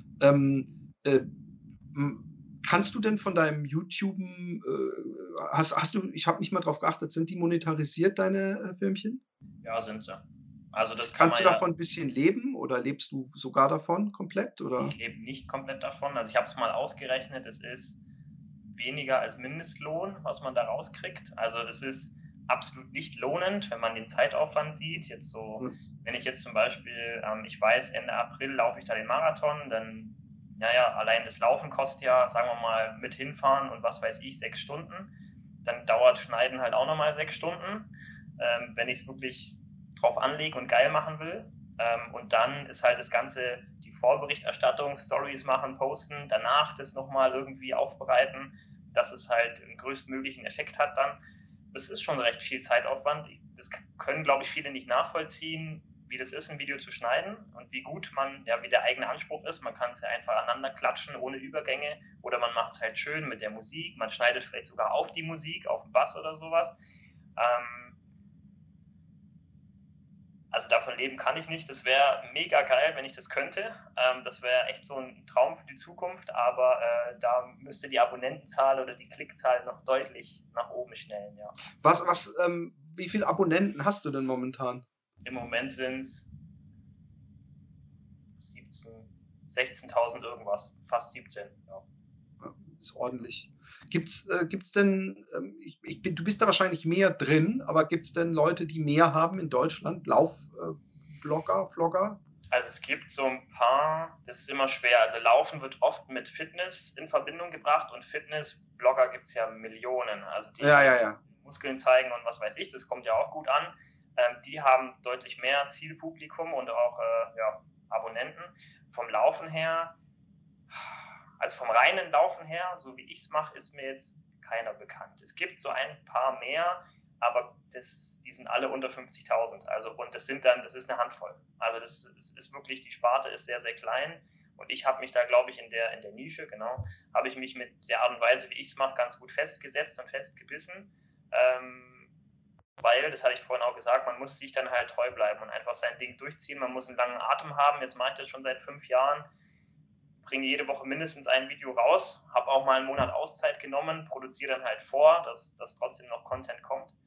Kannst du denn von deinem YouTube, hast du, ich habe nicht mal drauf geachtet, sind die monetarisiert, deine Filmchen? ja, sind sie. Also das kann Kannst man du ja, davon ein bisschen leben oder lebst du sogar davon komplett? Oder? ich lebe nicht komplett davon. Also ich habe es mal ausgerechnet, es ist weniger als Mindestlohn, was man da rauskriegt. Also es ist absolut nicht lohnend, wenn man den Zeitaufwand sieht. Jetzt so, wenn ich jetzt zum Beispiel, ich weiß, Ende April laufe ich da den Marathon, dann, naja, allein das Laufen kostet ja, sagen wir mal, mit hinfahren und was weiß ich, 6 Stunden. Dann dauert Schneiden halt auch nochmal 6 Stunden, wenn ich es wirklich drauf anlege und geil machen will. Und dann ist halt das Ganze, die Vorberichterstattung, Stories machen, posten, danach das nochmal irgendwie aufbereiten, dass es halt den größtmöglichen Effekt hat dann. Das ist schon recht viel Zeitaufwand. Das können, glaube ich, viele nicht nachvollziehen, wie das ist, ein Video zu schneiden und wie gut man, ja, wie der eigene Anspruch ist. Man kann es ja einfach aneinander klatschen, ohne Übergänge, oder man macht es halt schön mit der Musik. Man schneidet vielleicht sogar auf die Musik, auf den Bass oder sowas. Also davon leben kann ich nicht. Das wäre mega geil, wenn ich das könnte. Das wäre echt so ein Traum für die Zukunft, aber da müsste die Abonnentenzahl oder die Klickzahl noch deutlich nach oben schnellen, ja. Wie viele Abonnenten hast du denn momentan? Im Moment sind es 16.000 irgendwas, fast 17, ja. Ist ordentlich. Gibt's denn, du bist da wahrscheinlich mehr drin, aber gibt es denn Leute, die mehr haben in Deutschland? Blogger, Vlogger? Also es gibt so ein paar, das ist immer schwer. Also Laufen wird oft mit Fitness in Verbindung gebracht und Fitness-Blogger gibt es ja Millionen. Also die Ja. Muskeln zeigen und was weiß ich, das kommt ja auch gut an. Die haben deutlich mehr Zielpublikum und auch ja, Abonnenten. Vom Laufen her, also vom reinen Laufen her, so wie ich es mache, ist mir jetzt keiner bekannt. Es gibt so ein paar mehr, aber die sind alle unter 50.000. Also, und das ist eine Handvoll. Also das ist wirklich, die Sparte ist sehr, sehr klein. Und ich habe mich da, glaube ich, in der Nische, genau, habe ich mich mit der Art und Weise, wie ich es mache, ganz gut festgesetzt und festgebissen. Weil, das hatte ich vorhin auch gesagt, man muss sich dann halt treu bleiben und einfach sein Ding durchziehen. Man muss einen langen Atem haben. Jetzt mache ich das schon seit 5 Jahren, bringe jede Woche mindestens ein Video raus, habe auch mal einen Monat Auszeit genommen, produziere dann halt vor, dass trotzdem noch Content kommt.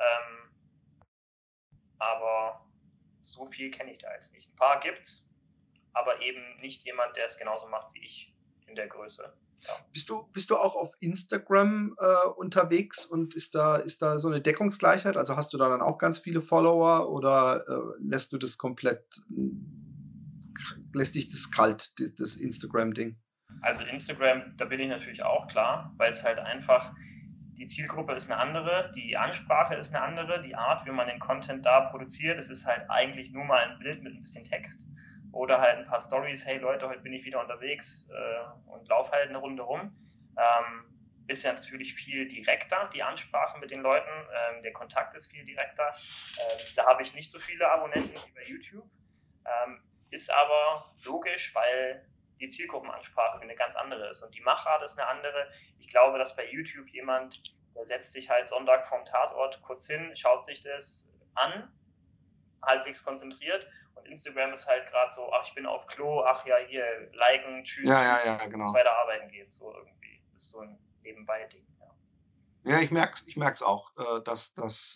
Aber so viel kenne ich da jetzt nicht. Ein paar gibt's, aber eben nicht jemand, der es genauso macht wie ich in der Größe. Bist du auch auf Instagram unterwegs und ist da so eine Deckungsgleichheit? Also hast du da dann auch ganz viele Follower oder lässt du das komplett, lässt dich das kalt, das Instagram-Ding? Also Instagram, da bin ich natürlich auch klar, weil es halt einfach, die Zielgruppe ist eine andere, die Ansprache ist eine andere, die Art, wie man den Content da produziert, es ist halt eigentlich nur mal ein Bild mit ein bisschen Text oder halt ein paar Stories, hey Leute, heute bin ich wieder unterwegs und laufe halt eine Runde rum. Ist ja natürlich viel direkter, die Ansprache mit den Leuten, der Kontakt ist viel direkter. Da habe ich nicht so viele Abonnenten wie bei YouTube. Ist aber logisch, weil die Zielgruppenansprache eine ganz andere ist und die Machart ist eine andere. Ich glaube, dass bei YouTube jemand, der setzt sich halt Sonntag vom Tatort kurz hin, schaut sich das an, halbwegs konzentriert, und Instagram ist halt gerade so, ach, ich bin auf Klo, ach ja, hier, liken, tschüss, Ja, tschüss, muss genau. weiter arbeiten gehen, so irgendwie. Das ist so ein Nebenbei-Ding, ja. Ja, ich merk's auch, dass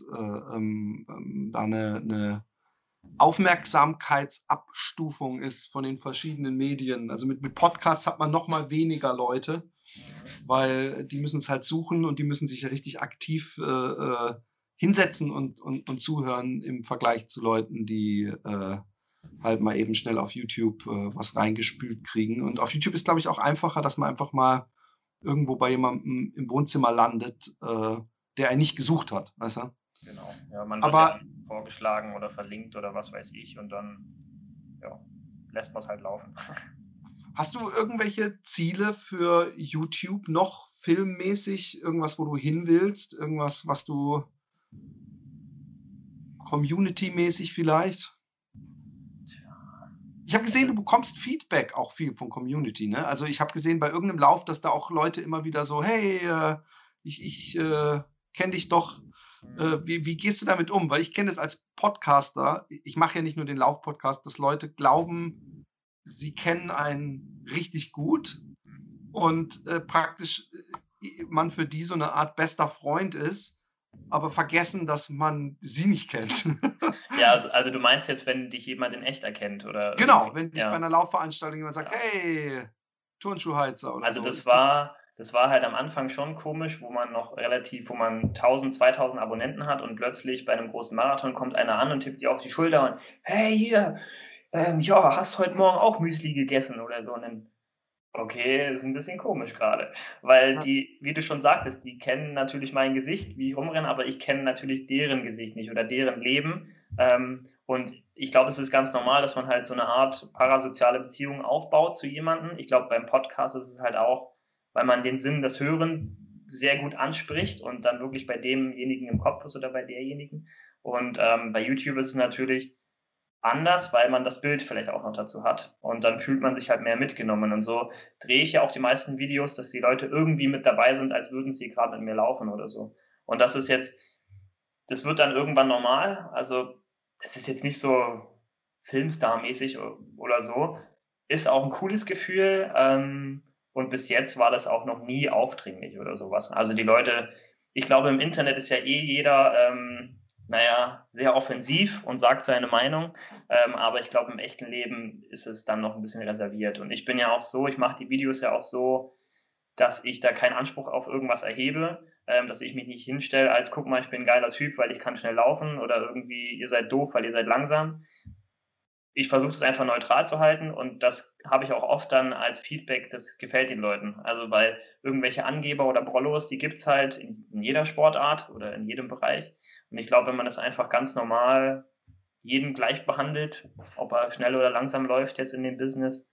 da eine Aufmerksamkeitsabstufung ist von den verschiedenen Medien. Also mit Podcasts hat man noch mal weniger Leute, weil die müssen es halt suchen und die müssen sich ja richtig aktiv hinsetzen und zuhören im Vergleich zu Leuten, die halt mal eben schnell auf YouTube was reingespült kriegen. Und auf YouTube ist, glaube ich, auch einfacher, dass man einfach mal irgendwo bei jemandem im Wohnzimmer landet, der einen nicht gesucht hat, weißt du? Genau. Ja, man wird Aber ja vorgeschlagen oder verlinkt oder was weiß ich und dann, ja, lässt man es halt laufen. hast du irgendwelche Ziele für YouTube noch filmmäßig? Irgendwas, wo du hin willst? Irgendwas, was du community-mäßig vielleicht? Ich habe gesehen, Also, du bekommst Feedback auch viel von Community, ne? Also, ich habe gesehen bei irgendeinem Lauf, dass da auch Leute immer wieder so: „Hey, ich kenne dich doch. Wie gehst du damit um?“ Weil ich kenne das als Podcaster. Ich mache ja nicht nur den Lauf-Podcast, dass Leute glauben, sie kennen einen richtig gut und praktisch man für die so eine Art bester Freund ist, aber vergessen, dass man sie nicht kennt. ja, also du meinst jetzt, wenn dich jemand in echt erkennt oder Genau, irgendwie, wenn dich bei ja. einer Laufveranstaltung jemand sagt: Ja. „Hey, Turnschuhheizer“ oder Also so. das Ist das war das war halt am Anfang schon komisch, wo man 1.000, 2.000 Abonnenten hat und plötzlich bei einem großen Marathon kommt einer an und tippt dir auf die Schulter und: „Hey, hier, ja, hast heute Morgen auch Müsli gegessen?“ oder so. Und dann: „Okay, ist ein bisschen komisch gerade, weil ja, die, wie du schon sagtest, die kennen natürlich mein Gesicht, wie ich rumrenne, aber ich kenne natürlich deren Gesicht nicht oder deren Leben. Und ich glaube, es ist ganz normal, dass man halt so eine Art parasoziale Beziehung aufbaut zu jemandem. Ich glaube, beim Podcast ist es halt auch, weil man den Sinn, das Hören sehr gut anspricht und dann wirklich bei demjenigen im Kopf ist oder bei derjenigen. Und, bei YouTube ist es natürlich anders, weil man das Bild vielleicht auch noch dazu hat. Und dann fühlt man sich halt mehr mitgenommen. Und so drehe ich ja auch die meisten Videos, dass die Leute irgendwie mit dabei sind, als würden sie gerade mit mir laufen oder so. Und das ist jetzt, das wird dann irgendwann normal. Also, das ist jetzt nicht so Filmstar-mäßig oder so. Ist auch ein cooles Gefühl. Und bis jetzt war das auch noch nie aufdringlich oder sowas. Also die Leute, ich glaube, im Internet ist ja eh jeder, naja, sehr offensiv und sagt seine Meinung. Aber ich glaube, im echten Leben ist es dann noch ein bisschen reserviert. Und ich bin ja auch so, ich mache die Videos ja auch so, dass ich da keinen Anspruch auf irgendwas erhebe, dass ich mich nicht hinstelle als, guck mal, ich bin ein geiler Typ, weil ich kann schnell laufen, oder irgendwie, ihr seid doof, weil ihr seid langsam. Ich versuche es einfach neutral zu halten, und das habe ich auch oft dann als Feedback, das gefällt den Leuten. Also, weil irgendwelche Angeber oder Prollos, die gibt's halt in jeder Sportart oder in jedem Bereich. Und ich glaube, wenn man das einfach ganz normal jeden gleich behandelt, ob er schnell oder langsam läuft jetzt in dem Business,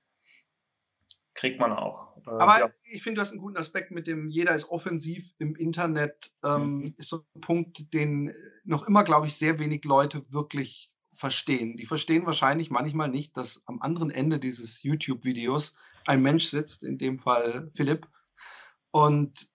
kriegt man auch. aber Ja. ich finde, du hast einen guten Aspekt mit dem „Jeder ist offensiv im Internet“, Mhm. ist so ein Punkt, den noch immer, glaube ich, sehr wenig Leute wirklich verstehen. Die verstehen wahrscheinlich manchmal nicht, dass am anderen Ende dieses YouTube-Videos ein Mensch sitzt, in dem Fall Philipp. Und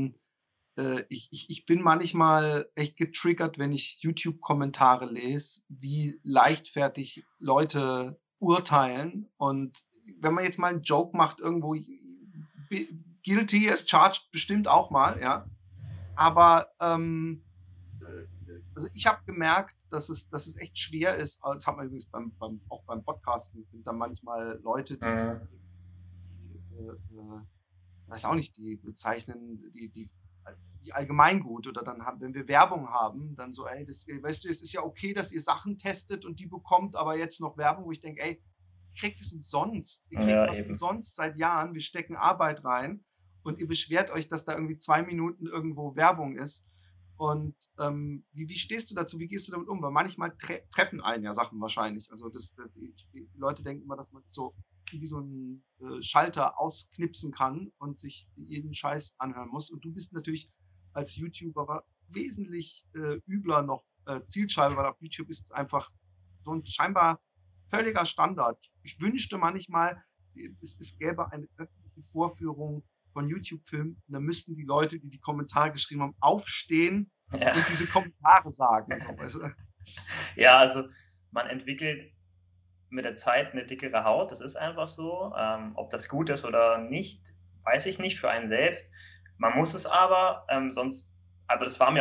ich bin manchmal echt getriggert, wenn ich YouTube-Kommentare lese, wie leichtfertig Leute urteilen. Und wenn man jetzt mal einen Joke macht irgendwo, bi guilty as charged bestimmt auch mal, ja. Aber, also, ich habe gemerkt, dass es echt schwer ist, das hat man übrigens beim Podcasten, sind da manchmal Leute, die, Mhm. die, weiß auch nicht, die bezeichnen die Allgemeingut oder dann haben, wenn wir Werbung haben, dann so, ey, das, weißt du, es ist ja okay, dass ihr Sachen testet und die bekommt, aber jetzt noch Werbung, wo ich denke, ey, ihr kriegt es umsonst. Ihr kriegt Ja, was eben. umsonst seit Jahren. Wir stecken Arbeit rein und ihr beschwert euch, dass da irgendwie 2 Minuten irgendwo Werbung ist. Und wie stehst du dazu? Wie gehst du damit um? Weil manchmal treffen einen ja Sachen wahrscheinlich. Also die Leute denken immer, dass man so wie so ein Schalter ausknipsen kann und sich jeden Scheiß anhören muss. Und du bist natürlich als YouTuber wesentlich übler noch Zielscheibe, weil auf YouTube ist es einfach so ein scheinbar völliger Standard. Ich wünschte manchmal, es gäbe eine öffentliche Vorführung von YouTube-Filmen und dann müssten die Leute, die die Kommentare geschrieben haben, aufstehen Ja. und diese Kommentare sagen. So, weißt du? Ja, also man entwickelt mit der Zeit eine dickere Haut, das ist einfach so. Ob das gut ist oder nicht, weiß ich nicht für einen selbst. Man muss es aber, aber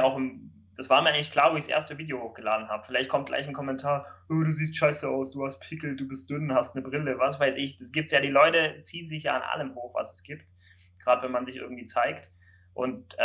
das war mir eigentlich klar, wo ich das erste Video hochgeladen habe. Vielleicht kommt gleich ein Kommentar, oh, du siehst scheiße aus, du hast Pickel, du bist dünn, hast eine Brille, was weiß ich. Das gibt's ja, die Leute ziehen sich ja an allem hoch, was es gibt, gerade wenn man sich irgendwie zeigt. Und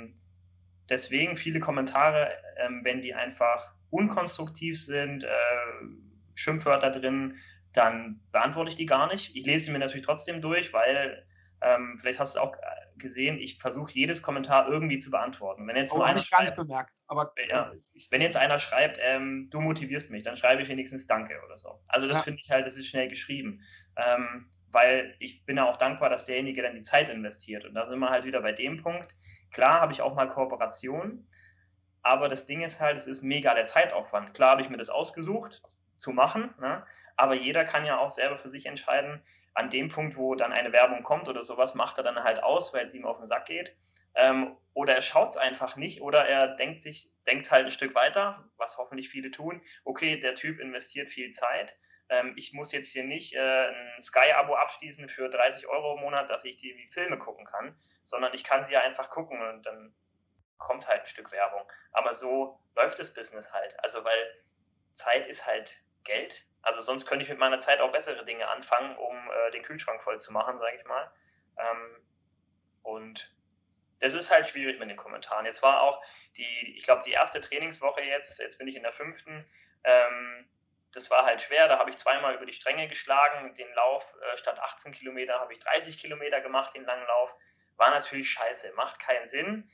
deswegen viele Kommentare, wenn die einfach unkonstruktiv sind, Schimpfwörter drin, dann beantworte ich die gar nicht. Ich lese sie mir natürlich trotzdem durch, weil vielleicht hast du auch gesehen, ich versuche jedes Kommentar irgendwie zu beantworten. Wenn jetzt Oh, nur habe einer ich gar nicht schreibt, bemerkt. Aber ja, wenn jetzt einer schreibt, du motivierst mich, dann schreibe ich wenigstens Danke oder so. Also das ja, finde ich halt, das ist schnell geschrieben. Weil ich bin ja auch dankbar, dass derjenige dann die Zeit investiert. Und da sind wir halt wieder bei dem Punkt. Klar habe ich auch mal Kooperationen, aber das Ding ist halt, es ist mega der Zeitaufwand. Klar habe ich mir das ausgesucht zu machen, ne? Aber jeder kann ja auch selber für sich entscheiden, an dem Punkt, wo dann eine Werbung kommt oder sowas, macht er dann halt aus, weil es ihm auf den Sack geht. Oder er schaut es einfach nicht oder er denkt halt ein Stück weiter, was hoffentlich viele tun. Okay, der Typ investiert viel Zeit. Ich muss jetzt hier nicht ein Sky-Abo abschließen für 30 € im Monat, dass ich die Filme gucken kann, sondern ich kann sie ja einfach gucken und dann kommt halt ein Stück Werbung. Aber so läuft das Business halt. Also, weil Zeit ist halt Geld. Also sonst könnte ich mit meiner Zeit auch bessere Dinge anfangen, um den Kühlschrank voll zu machen, sage ich mal. Und das ist halt schwierig mit den Kommentaren. Jetzt war auch ich glaube, die erste Trainingswoche jetzt bin ich in der 5. Das war halt schwer, da habe ich zweimal über die Stränge geschlagen. Den Lauf statt 18 Kilometer habe ich 30 Kilometer gemacht, den langen Lauf. War natürlich scheiße, macht keinen Sinn.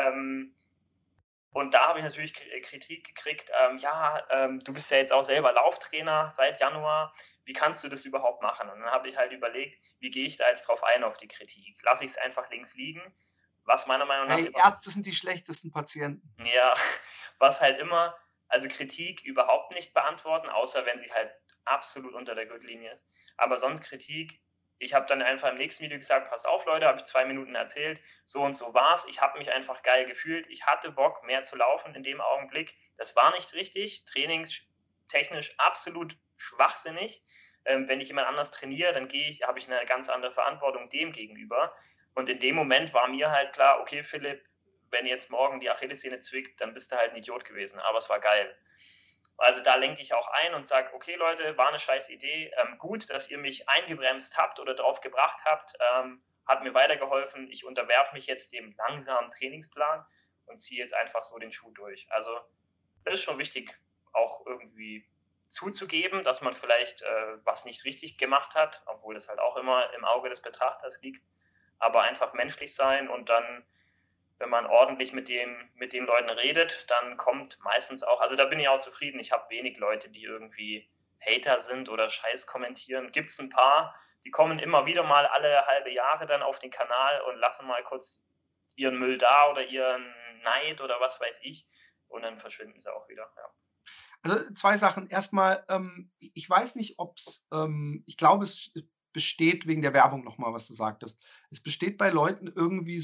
Und da habe ich natürlich Kritik gekriegt, ja, du bist ja jetzt auch selber Lauftrainer seit Januar, wie kannst du das überhaupt machen? Und dann habe ich halt überlegt, wie gehe ich da jetzt drauf ein auf die Kritik? Lasse ich es einfach links liegen, was meiner Meinung nach hey, immer, Ärzte sind die schlechtesten Patienten. ja, was halt immer, also Kritik überhaupt nicht beantworten, außer wenn sie halt absolut unter der Gürtellinie ist. Aber sonst Kritik, ich habe dann einfach im nächsten Video gesagt, passt auf Leute, habe ich 2 Minuten erzählt, so und so war's. Ich habe mich einfach geil gefühlt. Ich hatte Bock, mehr zu laufen in dem Augenblick. Das war nicht richtig, trainingstechnisch absolut schwachsinnig. Wenn ich jemand anders trainiere, dann habe ich eine ganz andere Verantwortung dem gegenüber. Und in dem Moment war mir halt klar, okay, Philipp, wenn jetzt morgen die Achillessehne zwickt, dann bist du halt ein Idiot gewesen. Aber es war geil. Also da lenke ich auch ein und sage, okay Leute, war eine scheiß Idee. Gut, dass ihr mich eingebremst habt oder drauf gebracht habt. Hat mir weitergeholfen. Ich unterwerfe mich jetzt dem langsamen Trainingsplan und ziehe jetzt einfach so den Schuh durch. Also das ist schon wichtig, auch irgendwie zuzugeben, dass man vielleicht was nicht richtig gemacht hat, obwohl das halt auch immer im Auge des Betrachters liegt. Aber einfach menschlich sein und dann, wenn man ordentlich mit den Leuten redet, dann kommt meistens auch, also da bin ich auch zufrieden, ich habe wenig Leute, die irgendwie Hater sind oder Scheiß kommentieren. Gibt es ein paar, die kommen immer wieder mal alle halbe Jahre dann auf den Kanal und lassen mal kurz ihren Müll da oder ihren Neid oder was weiß ich und dann verschwinden sie auch wieder. Ja. Also 2 Sachen. Erstmal, ich weiß nicht, ob's ich glaube, es besteht wegen der Werbung noch mal, was du sagtest. Es besteht bei Leuten irgendwie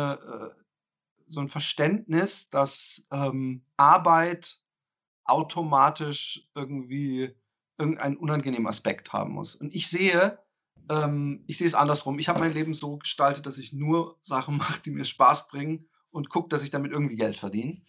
so 'n Verständnis, dass Arbeit automatisch irgendwie irgendeinen unangenehmen Aspekt haben muss. Und ich sehe es andersrum. Ich habe mein Leben so gestaltet, dass ich nur Sachen mache, die mir Spaß bringen und gucke, dass ich damit irgendwie Geld verdiene.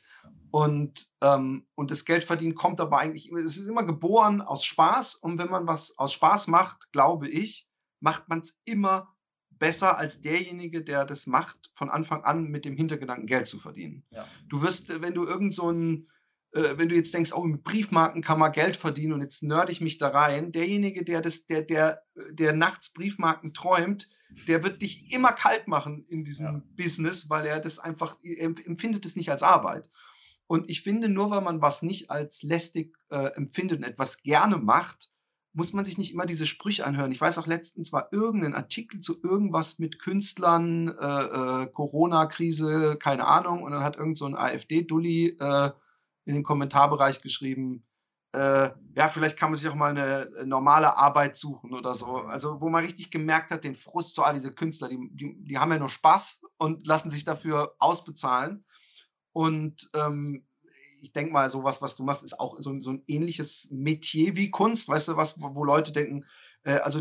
Und das Geldverdienen kommt aber eigentlich immer, es ist immer geboren aus Spaß und wenn man was aus Spaß macht, glaube ich, macht man es immer besser als derjenige, der das macht, von Anfang an mit dem Hintergedanken, Geld zu verdienen. Ja. Du wirst, wenn du irgend so 'n wenn du jetzt denkst: „Oh, mit Briefmarken kann man Geld verdienen und jetzt nörde ich mich da rein“, derjenige, der nachts Briefmarken träumt, der wird dich immer kalt machen in Ja. diesem Business, weil er das einfach empfindet es nicht als Arbeit. Und ich finde, nur weil man was nicht als lästig, empfindet und etwas gerne macht, muss man sich nicht immer diese Sprüche anhören. Ich weiß auch letztens war irgendein Artikel zu irgendwas mit Künstlern, Corona-Krise, keine Ahnung, und dann hat irgend so 'n AfD-Dulli, in den Kommentarbereich geschrieben, ja, vielleicht kann man sich auch mal eine normale Arbeit suchen oder so. Mhm. Also, wo man richtig gemerkt hat, den Frust, so, diese Künstler, die haben ja nur Spaß und lassen sich dafür ausbezahlen. Und, ich denke mal, so was, was du machst, ist auch so 'n ähnliches Metier wie Kunst, weißt du, was wo Leute denken, also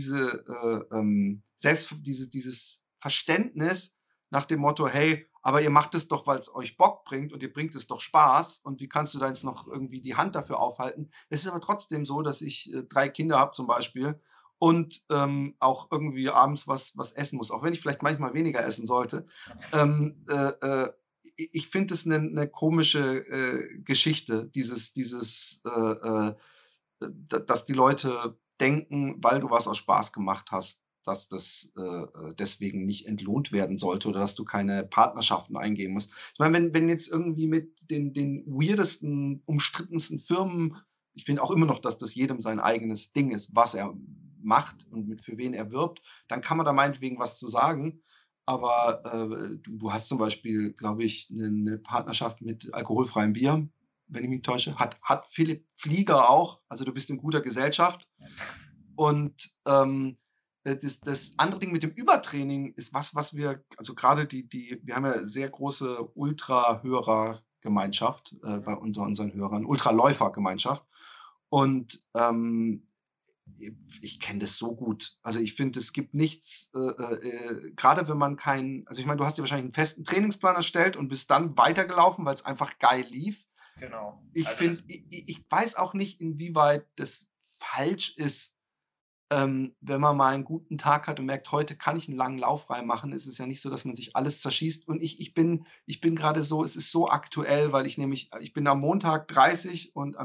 dieses Verständnis nach dem Motto: „Hey, aber ihr macht es doch, weil's euch Bock bringt und ihr bringt es doch Spaß und wie kannst du da jetzt noch irgendwie die Hand dafür aufhalten?“ Es ist aber trotzdem so, dass ich, 3 Kinder habe zum Beispiel und, auch irgendwie abends was essen muss, auch wenn ich vielleicht manchmal weniger essen sollte. Ich finde es 'ne komische, Geschichte, dass die Leute denken, weil du was aus Spaß gemacht hast, dass das, deswegen nicht entlohnt werden sollte oder dass du keine Partnerschaften eingehen musst. Ich meine, wenn jetzt irgendwie mit den weirdesten, umstrittensten Firmen, ich finde auch immer noch, dass das jedem sein eigenes Ding ist, was er macht und für wen er wirbt, dann kann man da meinetwegen was zu sagen. Aber, du hast zum Beispiel, glaube ich, eine Partnerschaft mit alkoholfreiem Bier, wenn ich mich nicht täusche. Hat Philipp Flieger auch. Also, du bist in guter Gesellschaft. Und, das andere Ding mit dem Übertraining ist was wir, also, gerade wir haben ja sehr große Ultrahörergemeinschaft, bei Mhm. unseren Hörern, Ultraläufergemeinschaft. Und, ich kenne das so gut. Also, ich finde, es gibt nichts, grade wenn man kein, also, ich meine, du hast dir wahrscheinlich einen festen Trainingsplan erstellt und bist dann weitergelaufen, weil es einfach geil lief. Genau. Ich Also finde, das ich weiß auch nicht, inwieweit das falsch ist, wenn man mal einen guten Tag hat und merkt: „Heute kann ich einen langen Lauf reinmachen.“ Es ist ja nicht so, dass man sich alles zerschießt. Und ich bin gerade so, es ist so aktuell, weil ich bin am Montag 30 und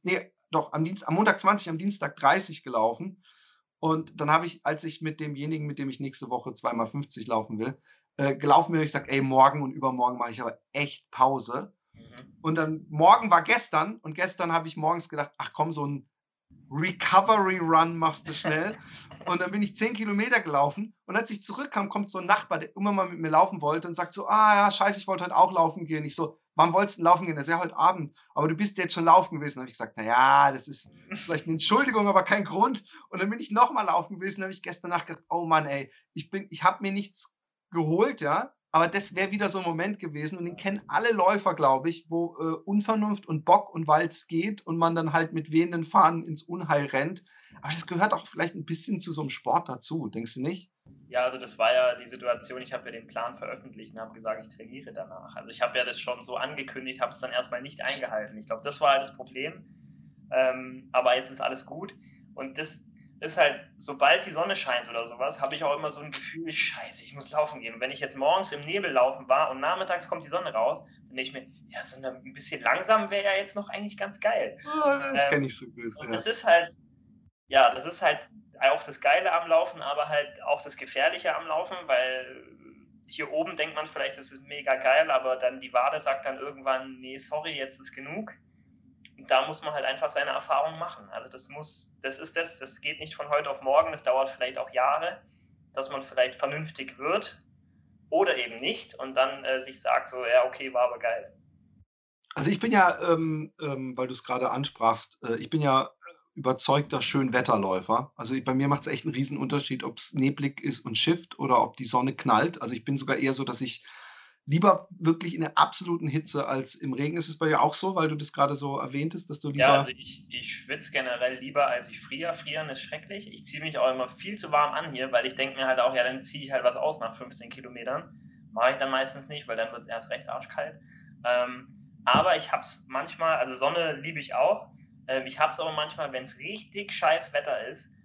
am Montag 20, am Dienstag 30 gelaufen. Und dann habe ich, als ich mit demjenigen, mit dem ich nächste Woche zweimal 50 laufen will, gelaufen bin, und ich sage: „Ey, morgen und übermorgen mache ich aber echt Pause.“ mhm. Und dann morgen war gestern und gestern habe ich morgens gedacht: „Ach komm, so ein Recovery Run machst du schnell.“ Und dann bin ich 10 Kilometer gelaufen und als ich zurückkam, kommt so ein Nachbar, der immer mal mit mir laufen wollte und sagt so: „Ah ja, scheiße, ich wollte heute auch laufen gehen.“ Ich so: „Wann wolltest 'n laufen gehen?“ Er so: „Ja, heute Abend.“ „Aber du bist jetzt schon laufen gewesen.“ Habe ich gesagt: „Na ja, das ist vielleicht eine Entschuldigung, aber kein Grund.“ Und dann bin ich noch mal laufen gewesen, habe ich gestern Nacht gedacht: „Oh Mann, ey, ich habe mir nichts geholt, ja, aber das wäre wieder so ein Moment gewesen“, und den kennen alle Läufer, glaube ich, wo, Unvernunft und Bock und weil's geht und man dann halt mit wehenden Fahnen ins Unheil rennt. Aber das gehört auch vielleicht ein bisschen zu so einem Sport dazu, denkst du nicht? Ja, also das war ja die Situation, ich habe ja den Plan veröffentlicht und habe gesagt, ich trainiere danach. Also ich habe ja das schon so angekündigt, habe es dann erstmal nicht eingehalten. Ich glaube, das war halt das Problem. Aber jetzt ist alles gut. Und das ist halt, sobald die Sonne scheint oder sowas, habe ich auch immer so ein Gefühl, scheiße, ich muss laufen gehen. Und wenn ich jetzt morgens im Nebel laufen war und nachmittags kommt die Sonne raus, dann denke ich mir, ja, so ein bisschen langsam wäre ja jetzt noch eigentlich ganz geil. Das kenne ich Ähm, so gut, und ja. das ist halt, ja, das ist halt auch das Geile am Laufen, aber halt auch das Gefährliche am Laufen, weil hier oben denkt man vielleicht, das ist mega geil, aber dann die Wade sagt dann irgendwann, nee, sorry, jetzt ist genug. Und da muss man halt einfach seine Erfahrungen machen. Also das geht nicht von heute auf morgen, das dauert vielleicht auch Jahre, dass man vielleicht vernünftig wird oder eben nicht und dann sich sagt so, ja, okay, war aber geil. Also, ich bin ja, weil du es gerade ansprachst, ich bin ja überzeugter Schönwetterläufer. Also, bei mir macht es echt einen Riesenunterschied, ob es neblig ist und schifft oder ob die Sonne knallt. Also, ich bin sogar eher so, dass ich lieber wirklich in der absoluten Hitze als im Regen. Ist es bei dir auch so, weil du das gerade so erwähntest, dass du Ja, also lieber ich schwitze generell lieber, als ich friere. Frieren ist schrecklich. Ich ziehe mich auch immer viel zu warm an hier, weil ich denke mir halt auch, ja, dann ziehe ich halt was aus nach 15 Kilometern. Mache ich dann meistens nicht, weil dann wird es erst recht arschkalt. Aber ich habe es manchmal, also Sonne liebe ich auch. Ich habe es aber manchmal, wenn es richtig scheiß Wetter ist,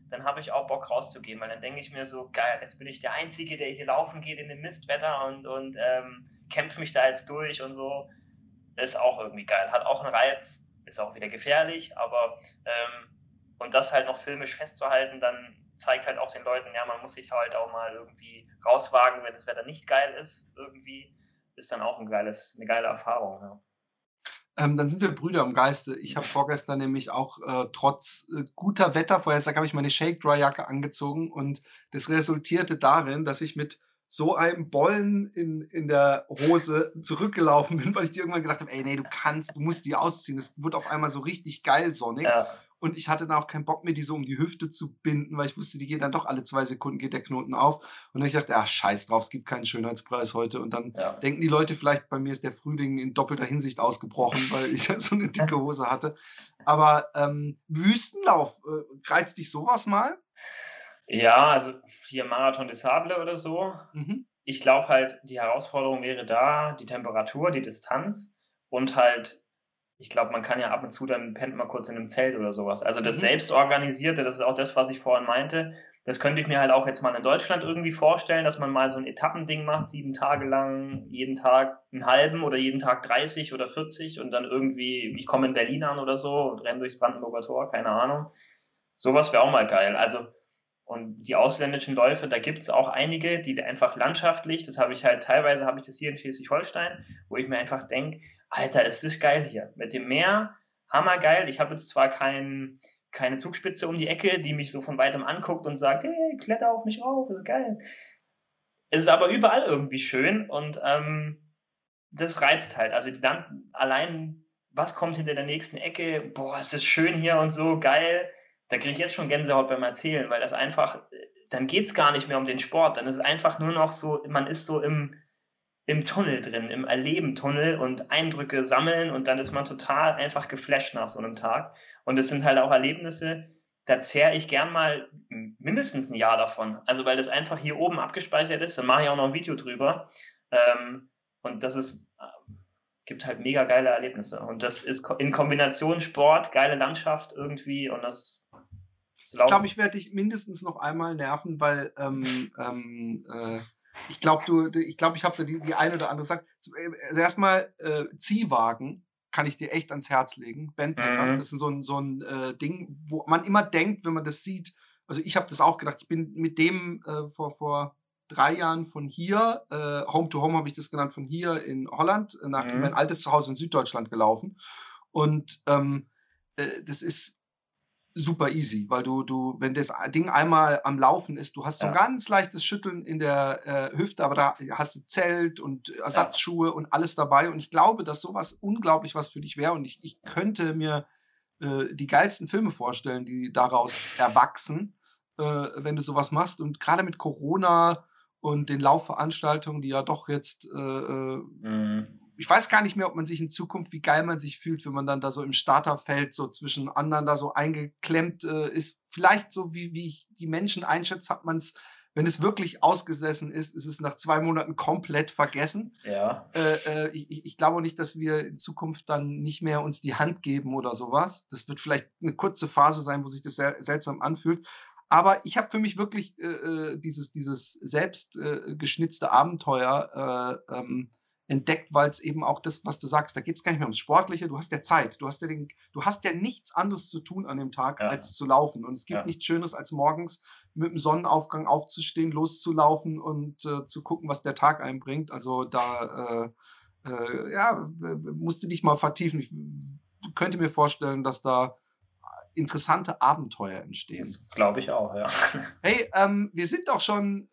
dann habe ich auch Bock rauszugehen, weil dann denke ich mir so, geil, jetzt bin ich der Einzige, der hier laufen geht in dem Mistwetter und kämpfe mich da jetzt durch und so. Ist auch irgendwie geil. Hat auch einen Reiz, ist auch wieder gefährlich, aber und das halt noch filmisch festzuhalten, dann zeigt halt auch den Leuten, ja, man muss sich halt auch mal irgendwie rauswagen, wenn das Wetter nicht geil ist, irgendwie, ist dann auch eine geile Erfahrung. Ja. Dann sind wir Brüder im Geiste. Ich habe vorgestern nämlich auch, trotz, guter Wettervorhersage habe ich meine Shake-Dry-Jacke angezogen und das resultierte darin, dass ich mit so einem Bollen in der Hose zurückgelaufen bin, weil ich dir irgendwann gedacht habe: „Ey, ne, du musst die ausziehen." Es wird auf einmal so richtig geil sonnig Ja. und ich hatte dann auch keinen Bock mehr, die so um die Hüfte zu binden, weil ich wusste, die geht dann doch alle 2 Sekunden geht der Knoten auf. Und dann habe ich gedacht: „Ah, scheiß drauf, es gibt keinen Schönheitspreis heute." Und dann Ja. denken die Leute vielleicht, bei mir ist der Frühling in doppelter Hinsicht ausgebrochen, weil ich ja so eine dicke Hose hatte. Aber, Wüstenlauf, reizt dich sowas mal? Ja, also hier Marathon des Sables oder so. Mhm, Ich glaube halt, die Herausforderung wäre da die Temperatur, die Distanz und halt ich glaube, man kann ja ab und zu dann pennt man kurz in 'nem Zelt oder so was. Also, das mhm. Selbstorganisierte, das ist auch das, was ich vorhin meinte. Das könnte ich mir halt auch jetzt mal in Deutschland irgendwie vorstellen, dass man mal so 'n Etappending macht, 7 Tage lang, jeden Tag 'n halben oder jeden Tag 30 oder 40 und dann irgendwie ich komme in Berlin an oder so und renne durchs Brandenburger Tor, keine Ahnung. So was wäre auch mal geil. Also und die ausländischen Läufe, da gibt's auch einige, die einfach landschaftlich das habe ich halt teilweise habe ich das hier in Schleswig-Holstein, wo ich mir einfach denke: „Alter, ist das geil hier. Mit dem Meer, hammergeil." Ich habe jetzt zwar keine Zugspitze um die Ecke, die mich so von Weitem anguckt und sagt: „Hey, kletter auf mich rauf, ist geil." Es ist aber überall irgendwie schön und, das reizt halt. Also, die dann allein, was kommt hinter der nächsten Ecke? Boah, ist das schön hier und so, geil. Da kriege ich jetzt schon Gänsehaut beim Erzählen, weil das einfach dann geht's gar nicht mehr um den Sport. Dann ist es einfach nur noch so man ist so im Tunnel drin, im Erleben-Tunnel und Eindrücke sammeln und dann ist man total einfach geflasht nach so 'nem Tag. Und es sind halt auch Erlebnisse, da zehre ich gern mal mindestens 'n Jahr davon. Also, weil das einfach hier oben abgespeichert ist, dann mache ich auch noch 'n Video drüber. Und das ist gibt halt mega geile Erlebnisse. Und das ist in Kombination Sport, geile Landschaft irgendwie und das Ich glaube, Laufen. ich werde dich mindestens noch einmal nerven, weil, ich glaube, ich glaube, ich habe da die eine oder andere Sache. Also erstmal Ziehwagen kann ich dir echt ans Herz legen. Bandpacker, das Mhm. ist so 'n, Ding, wo man immer denkt, wenn man das sieht, also, ich habe das auch gedacht. Ich bin mit dem, vor 3 Jahren von hier, Home to Home habe ich das genannt, von hier in Holland nach in mein Mhm. altes Zuhause in Süddeutschland gelaufen. Und, das ist super easy, weil wenn das Ding einmal am Laufen ist, du hast so 'n Ja, ganz leichtes Schütteln in der, Hüfte, aber da hast du Zelt und ja, Ersatzschuhe und alles dabei. Und ich glaube, dass so was unglaublich was für dich wäre und ich könnte mir, die geilsten Filme vorstellen, die daraus erwachsen, wenn du so was machst. Und grade mit Corona und den Laufveranstaltungen, die ja doch jetzt, mhm. ich weiß gar nicht mehr, ob man sich in Zukunft wie geil man sich fühlt, wenn man dann da so im Starterfeld so zwischen anderen da so eingeklemmt, ist. Vielleicht so, wie ich die Menschen einschätze, hat man's, wenn es wirklich ausgesessen ist es nach 2 Monaten komplett vergessen. Ja. Ich glaube nicht, dass wir in Zukunft dann nicht mehr uns die Hand geben oder so was. Das wird vielleicht 'ne kurze Phase sein, wo sich das seltsam anfühlt. Aber ich habe für mich wirklich, dieses selbst, geschnitzte Abenteuer, entdeckt, weil's eben auch das, was du sagst, da geht's gar nicht mehr ums Sportliche. Du hast ja Zeit. Du hast ja nichts anderes zu tun an dem Tag, Ja, als zu laufen. Und es gibt ja. nichts Schöneres, als morgens mit'm Sonnenaufgang aufzustehen, loszulaufen und, zu gucken, was der Tag einem bringt. Also, da, ja, musst du dich mal vertiefen. Ich könnte mir vorstellen, dass da interessante Abenteuer entstehen. Das glaube ich auch, ja. Hey, wir sind doch schon,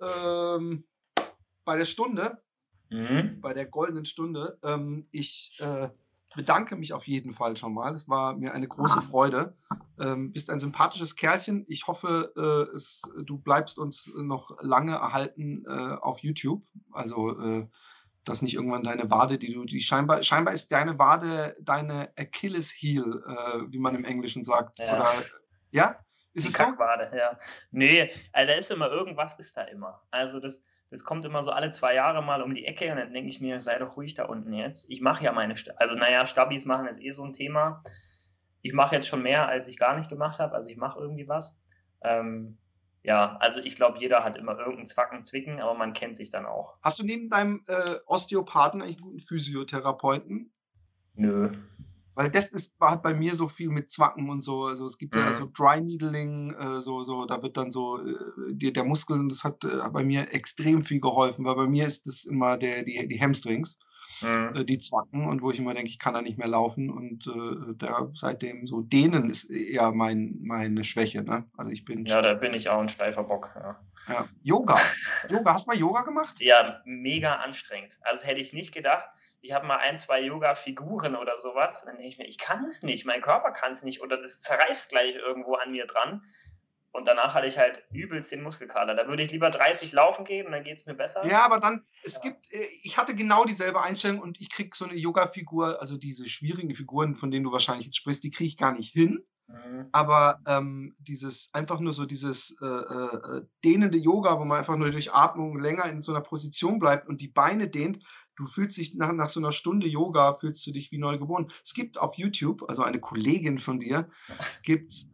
bei der Stunde. Mhm. Bei der goldenen Stunde. Ich, bedanke mich auf jeden Fall schon mal. Es war mir eine große Freude. Bist ein sympathisches Kerlchen. Ich hoffe, du bleibst uns noch lange erhalten, auf YouTube. Also, dass nicht irgendwann deine Wade, die scheinbar ist deine Wade deine Achilles Heel, wie man im Englischen sagt. Ja. Oder ja? Ist Die es so? Kackwade, ja. Ne, da ist immer irgendwas ist da immer. Also, das kommt immer so alle 2 Jahre mal um die Ecke und dann denke ich mir: „Sei doch ruhig da unten jetzt." Ich mache ja meine also, na ja, Stabis machen ist eh so 'n Thema. Ich mache jetzt schon mehr, als ich gar nicht gemacht habe. Also, ich mache irgendwie was. Ja, also ich glaube, jeder hat immer irgendein Zwacken, Zwicken, aber man kennt sich dann auch. Hast du neben deinem, Osteopathen eigentlich 'n guten Physiotherapeuten? Nö. Weil das hat bei mir so viel mit Zwacken und so, also, es gibt ja so Mhm. Dry Needling, da wird dann so, der Muskel, und das hat, bei mir extrem viel geholfen, weil bei mir ist es immer die Hamstrings, Mhm. die Zwacken, und wo ich immer denke, ich kann da nicht mehr laufen, und, da seitdem so Dehnen ist eher meine Schwäche, ne? Also, ich bin Ja, da bin ich auch 'n steifer Bock, ja. ja. Yoga. Hast du mal Yoga gemacht? Ja, mega anstrengend. Also, hätte ich nicht gedacht. Ich habe mal ein, 2 Yoga-Figuren oder so was, dann denke ich mir: „Ich kann es nicht, mein Körper kann's nicht oder das zerreißt gleich irgendwo an mir dran.“ Und danach hatte ich halt übelst den Muskelkater. Da würde ich lieber 30 laufen gehen und dann geht's mir besser. Ja, aber dann Ja. ich hatte genau dieselbe Einstellung, und ich kriege so 'ne Yogafigur, also diese schwierigen Figuren, von denen du wahrscheinlich jetzt sprichst, die kriege ich gar nicht hin. Mhm. Aber, dieses einfach nur so dieses, dehnende Yoga, wo man einfach nur durch Atmung länger in so 'ner Position bleibt und die Beine dehnt. Du fühlst dich nach so 'ner Stunde Yoga fühlst du dich wie neugeboren. Es gibt auf YouTube, also eine Kollegin von dir, gibt's,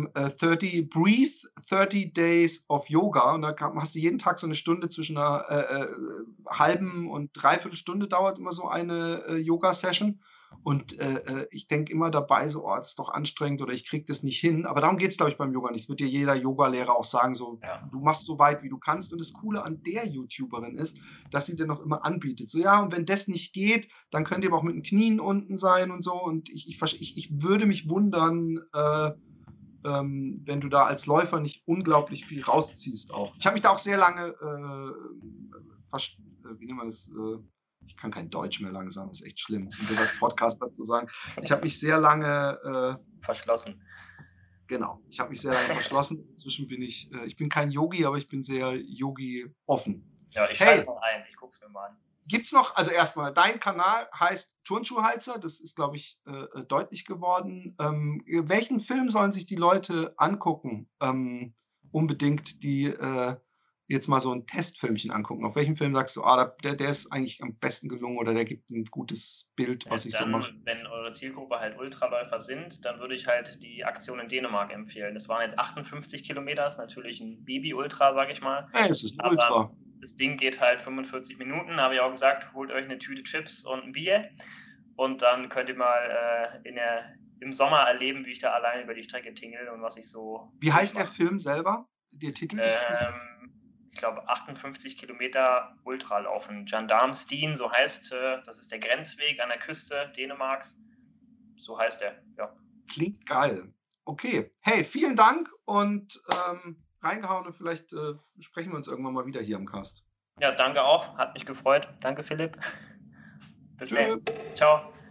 30 Days of Yoga, und da hast du jeden Tag so 'ne Stunde, zwischen 'ner, halben und 3/4 Stunde dauert immer so eine, Yoga-Session. Und, ich denke immer dabei so: „Oh, das ist doch anstrengend, oder ich kriege das nicht hin.“ Aber darum geht's, glaube ich, beim Yoga nicht. Das wird dir jeder Yogalehrer auch sagen, so: Ja. „Du machst so weit, wie du kannst.“ Und das Coole an der YouTuberin ist, dass sie dir noch immer anbietet, so: „Ja, und wenn das nicht geht, dann könnt ihr aber auch mit den Knien unten sein und so.“ Und ich würde mich wundern, wenn du da als Läufer nicht unglaublich viel rausziehst auch. Ich habe mich da auch sehr lange, wie nennt man das? Ich kann kein Deutsch mehr langsam, ist echt schlimm, um das als Podcaster zu sagen. Ich habe mich sehr lange, Verschlossen. genau, ich habe mich sehr lange verschlossen. Inzwischen ich bin kein Yogi, aber ich bin sehr Yogi offen. Ja, ich schalte Hey, mal ein. Ich gucke es mir mal an. gibt's noch, also erstmal, dein Kanal heißt Turnschuhheizer, das ist, glaube ich, deutlich geworden. Welchen Film sollen sich die Leute angucken, unbedingt, die, jetzt mal so 'n Testfilmchen angucken? Auf welchen Film sagst du: „Ah, der ist eigentlich am besten gelungen“, oder der gibt 'n gutes Bild, was ich so mache? Dann, wenn eure Zielgruppe halt Ultraläufer sind, dann würde ich halt die Aktion in Dänemark empfehlen. Das waren jetzt 58 Kilometer, ist natürlich ein Baby-Ultra, sage ich mal, Hey, es ist 'n aber Ultra. das Ding geht halt 45 Minuten. Da habe ich auch gesagt: „Holt euch eine Tüte Chips und ein Bier und dann könnt ihr mal, im Sommer erleben, wie ich da alleine über die Strecke tingle und was ich so Wie heißt der durchmache.“ Film selber? Der Titel des Ich glaube, 58 Kilometer Ultralaufen. Gendarmstien, so heißt, das ist der Grenzweg an der Küste Dänemarks. So heißt er, ja. klingt geil. Okay. Hey, vielen Dank, und, reingehauen, und vielleicht, sprechen wir uns irgendwann mal wieder hier im Cast. Ja, danke auch, hat mich gefreut. Danke, Philipp. Bis Tschü. dann. Ciao.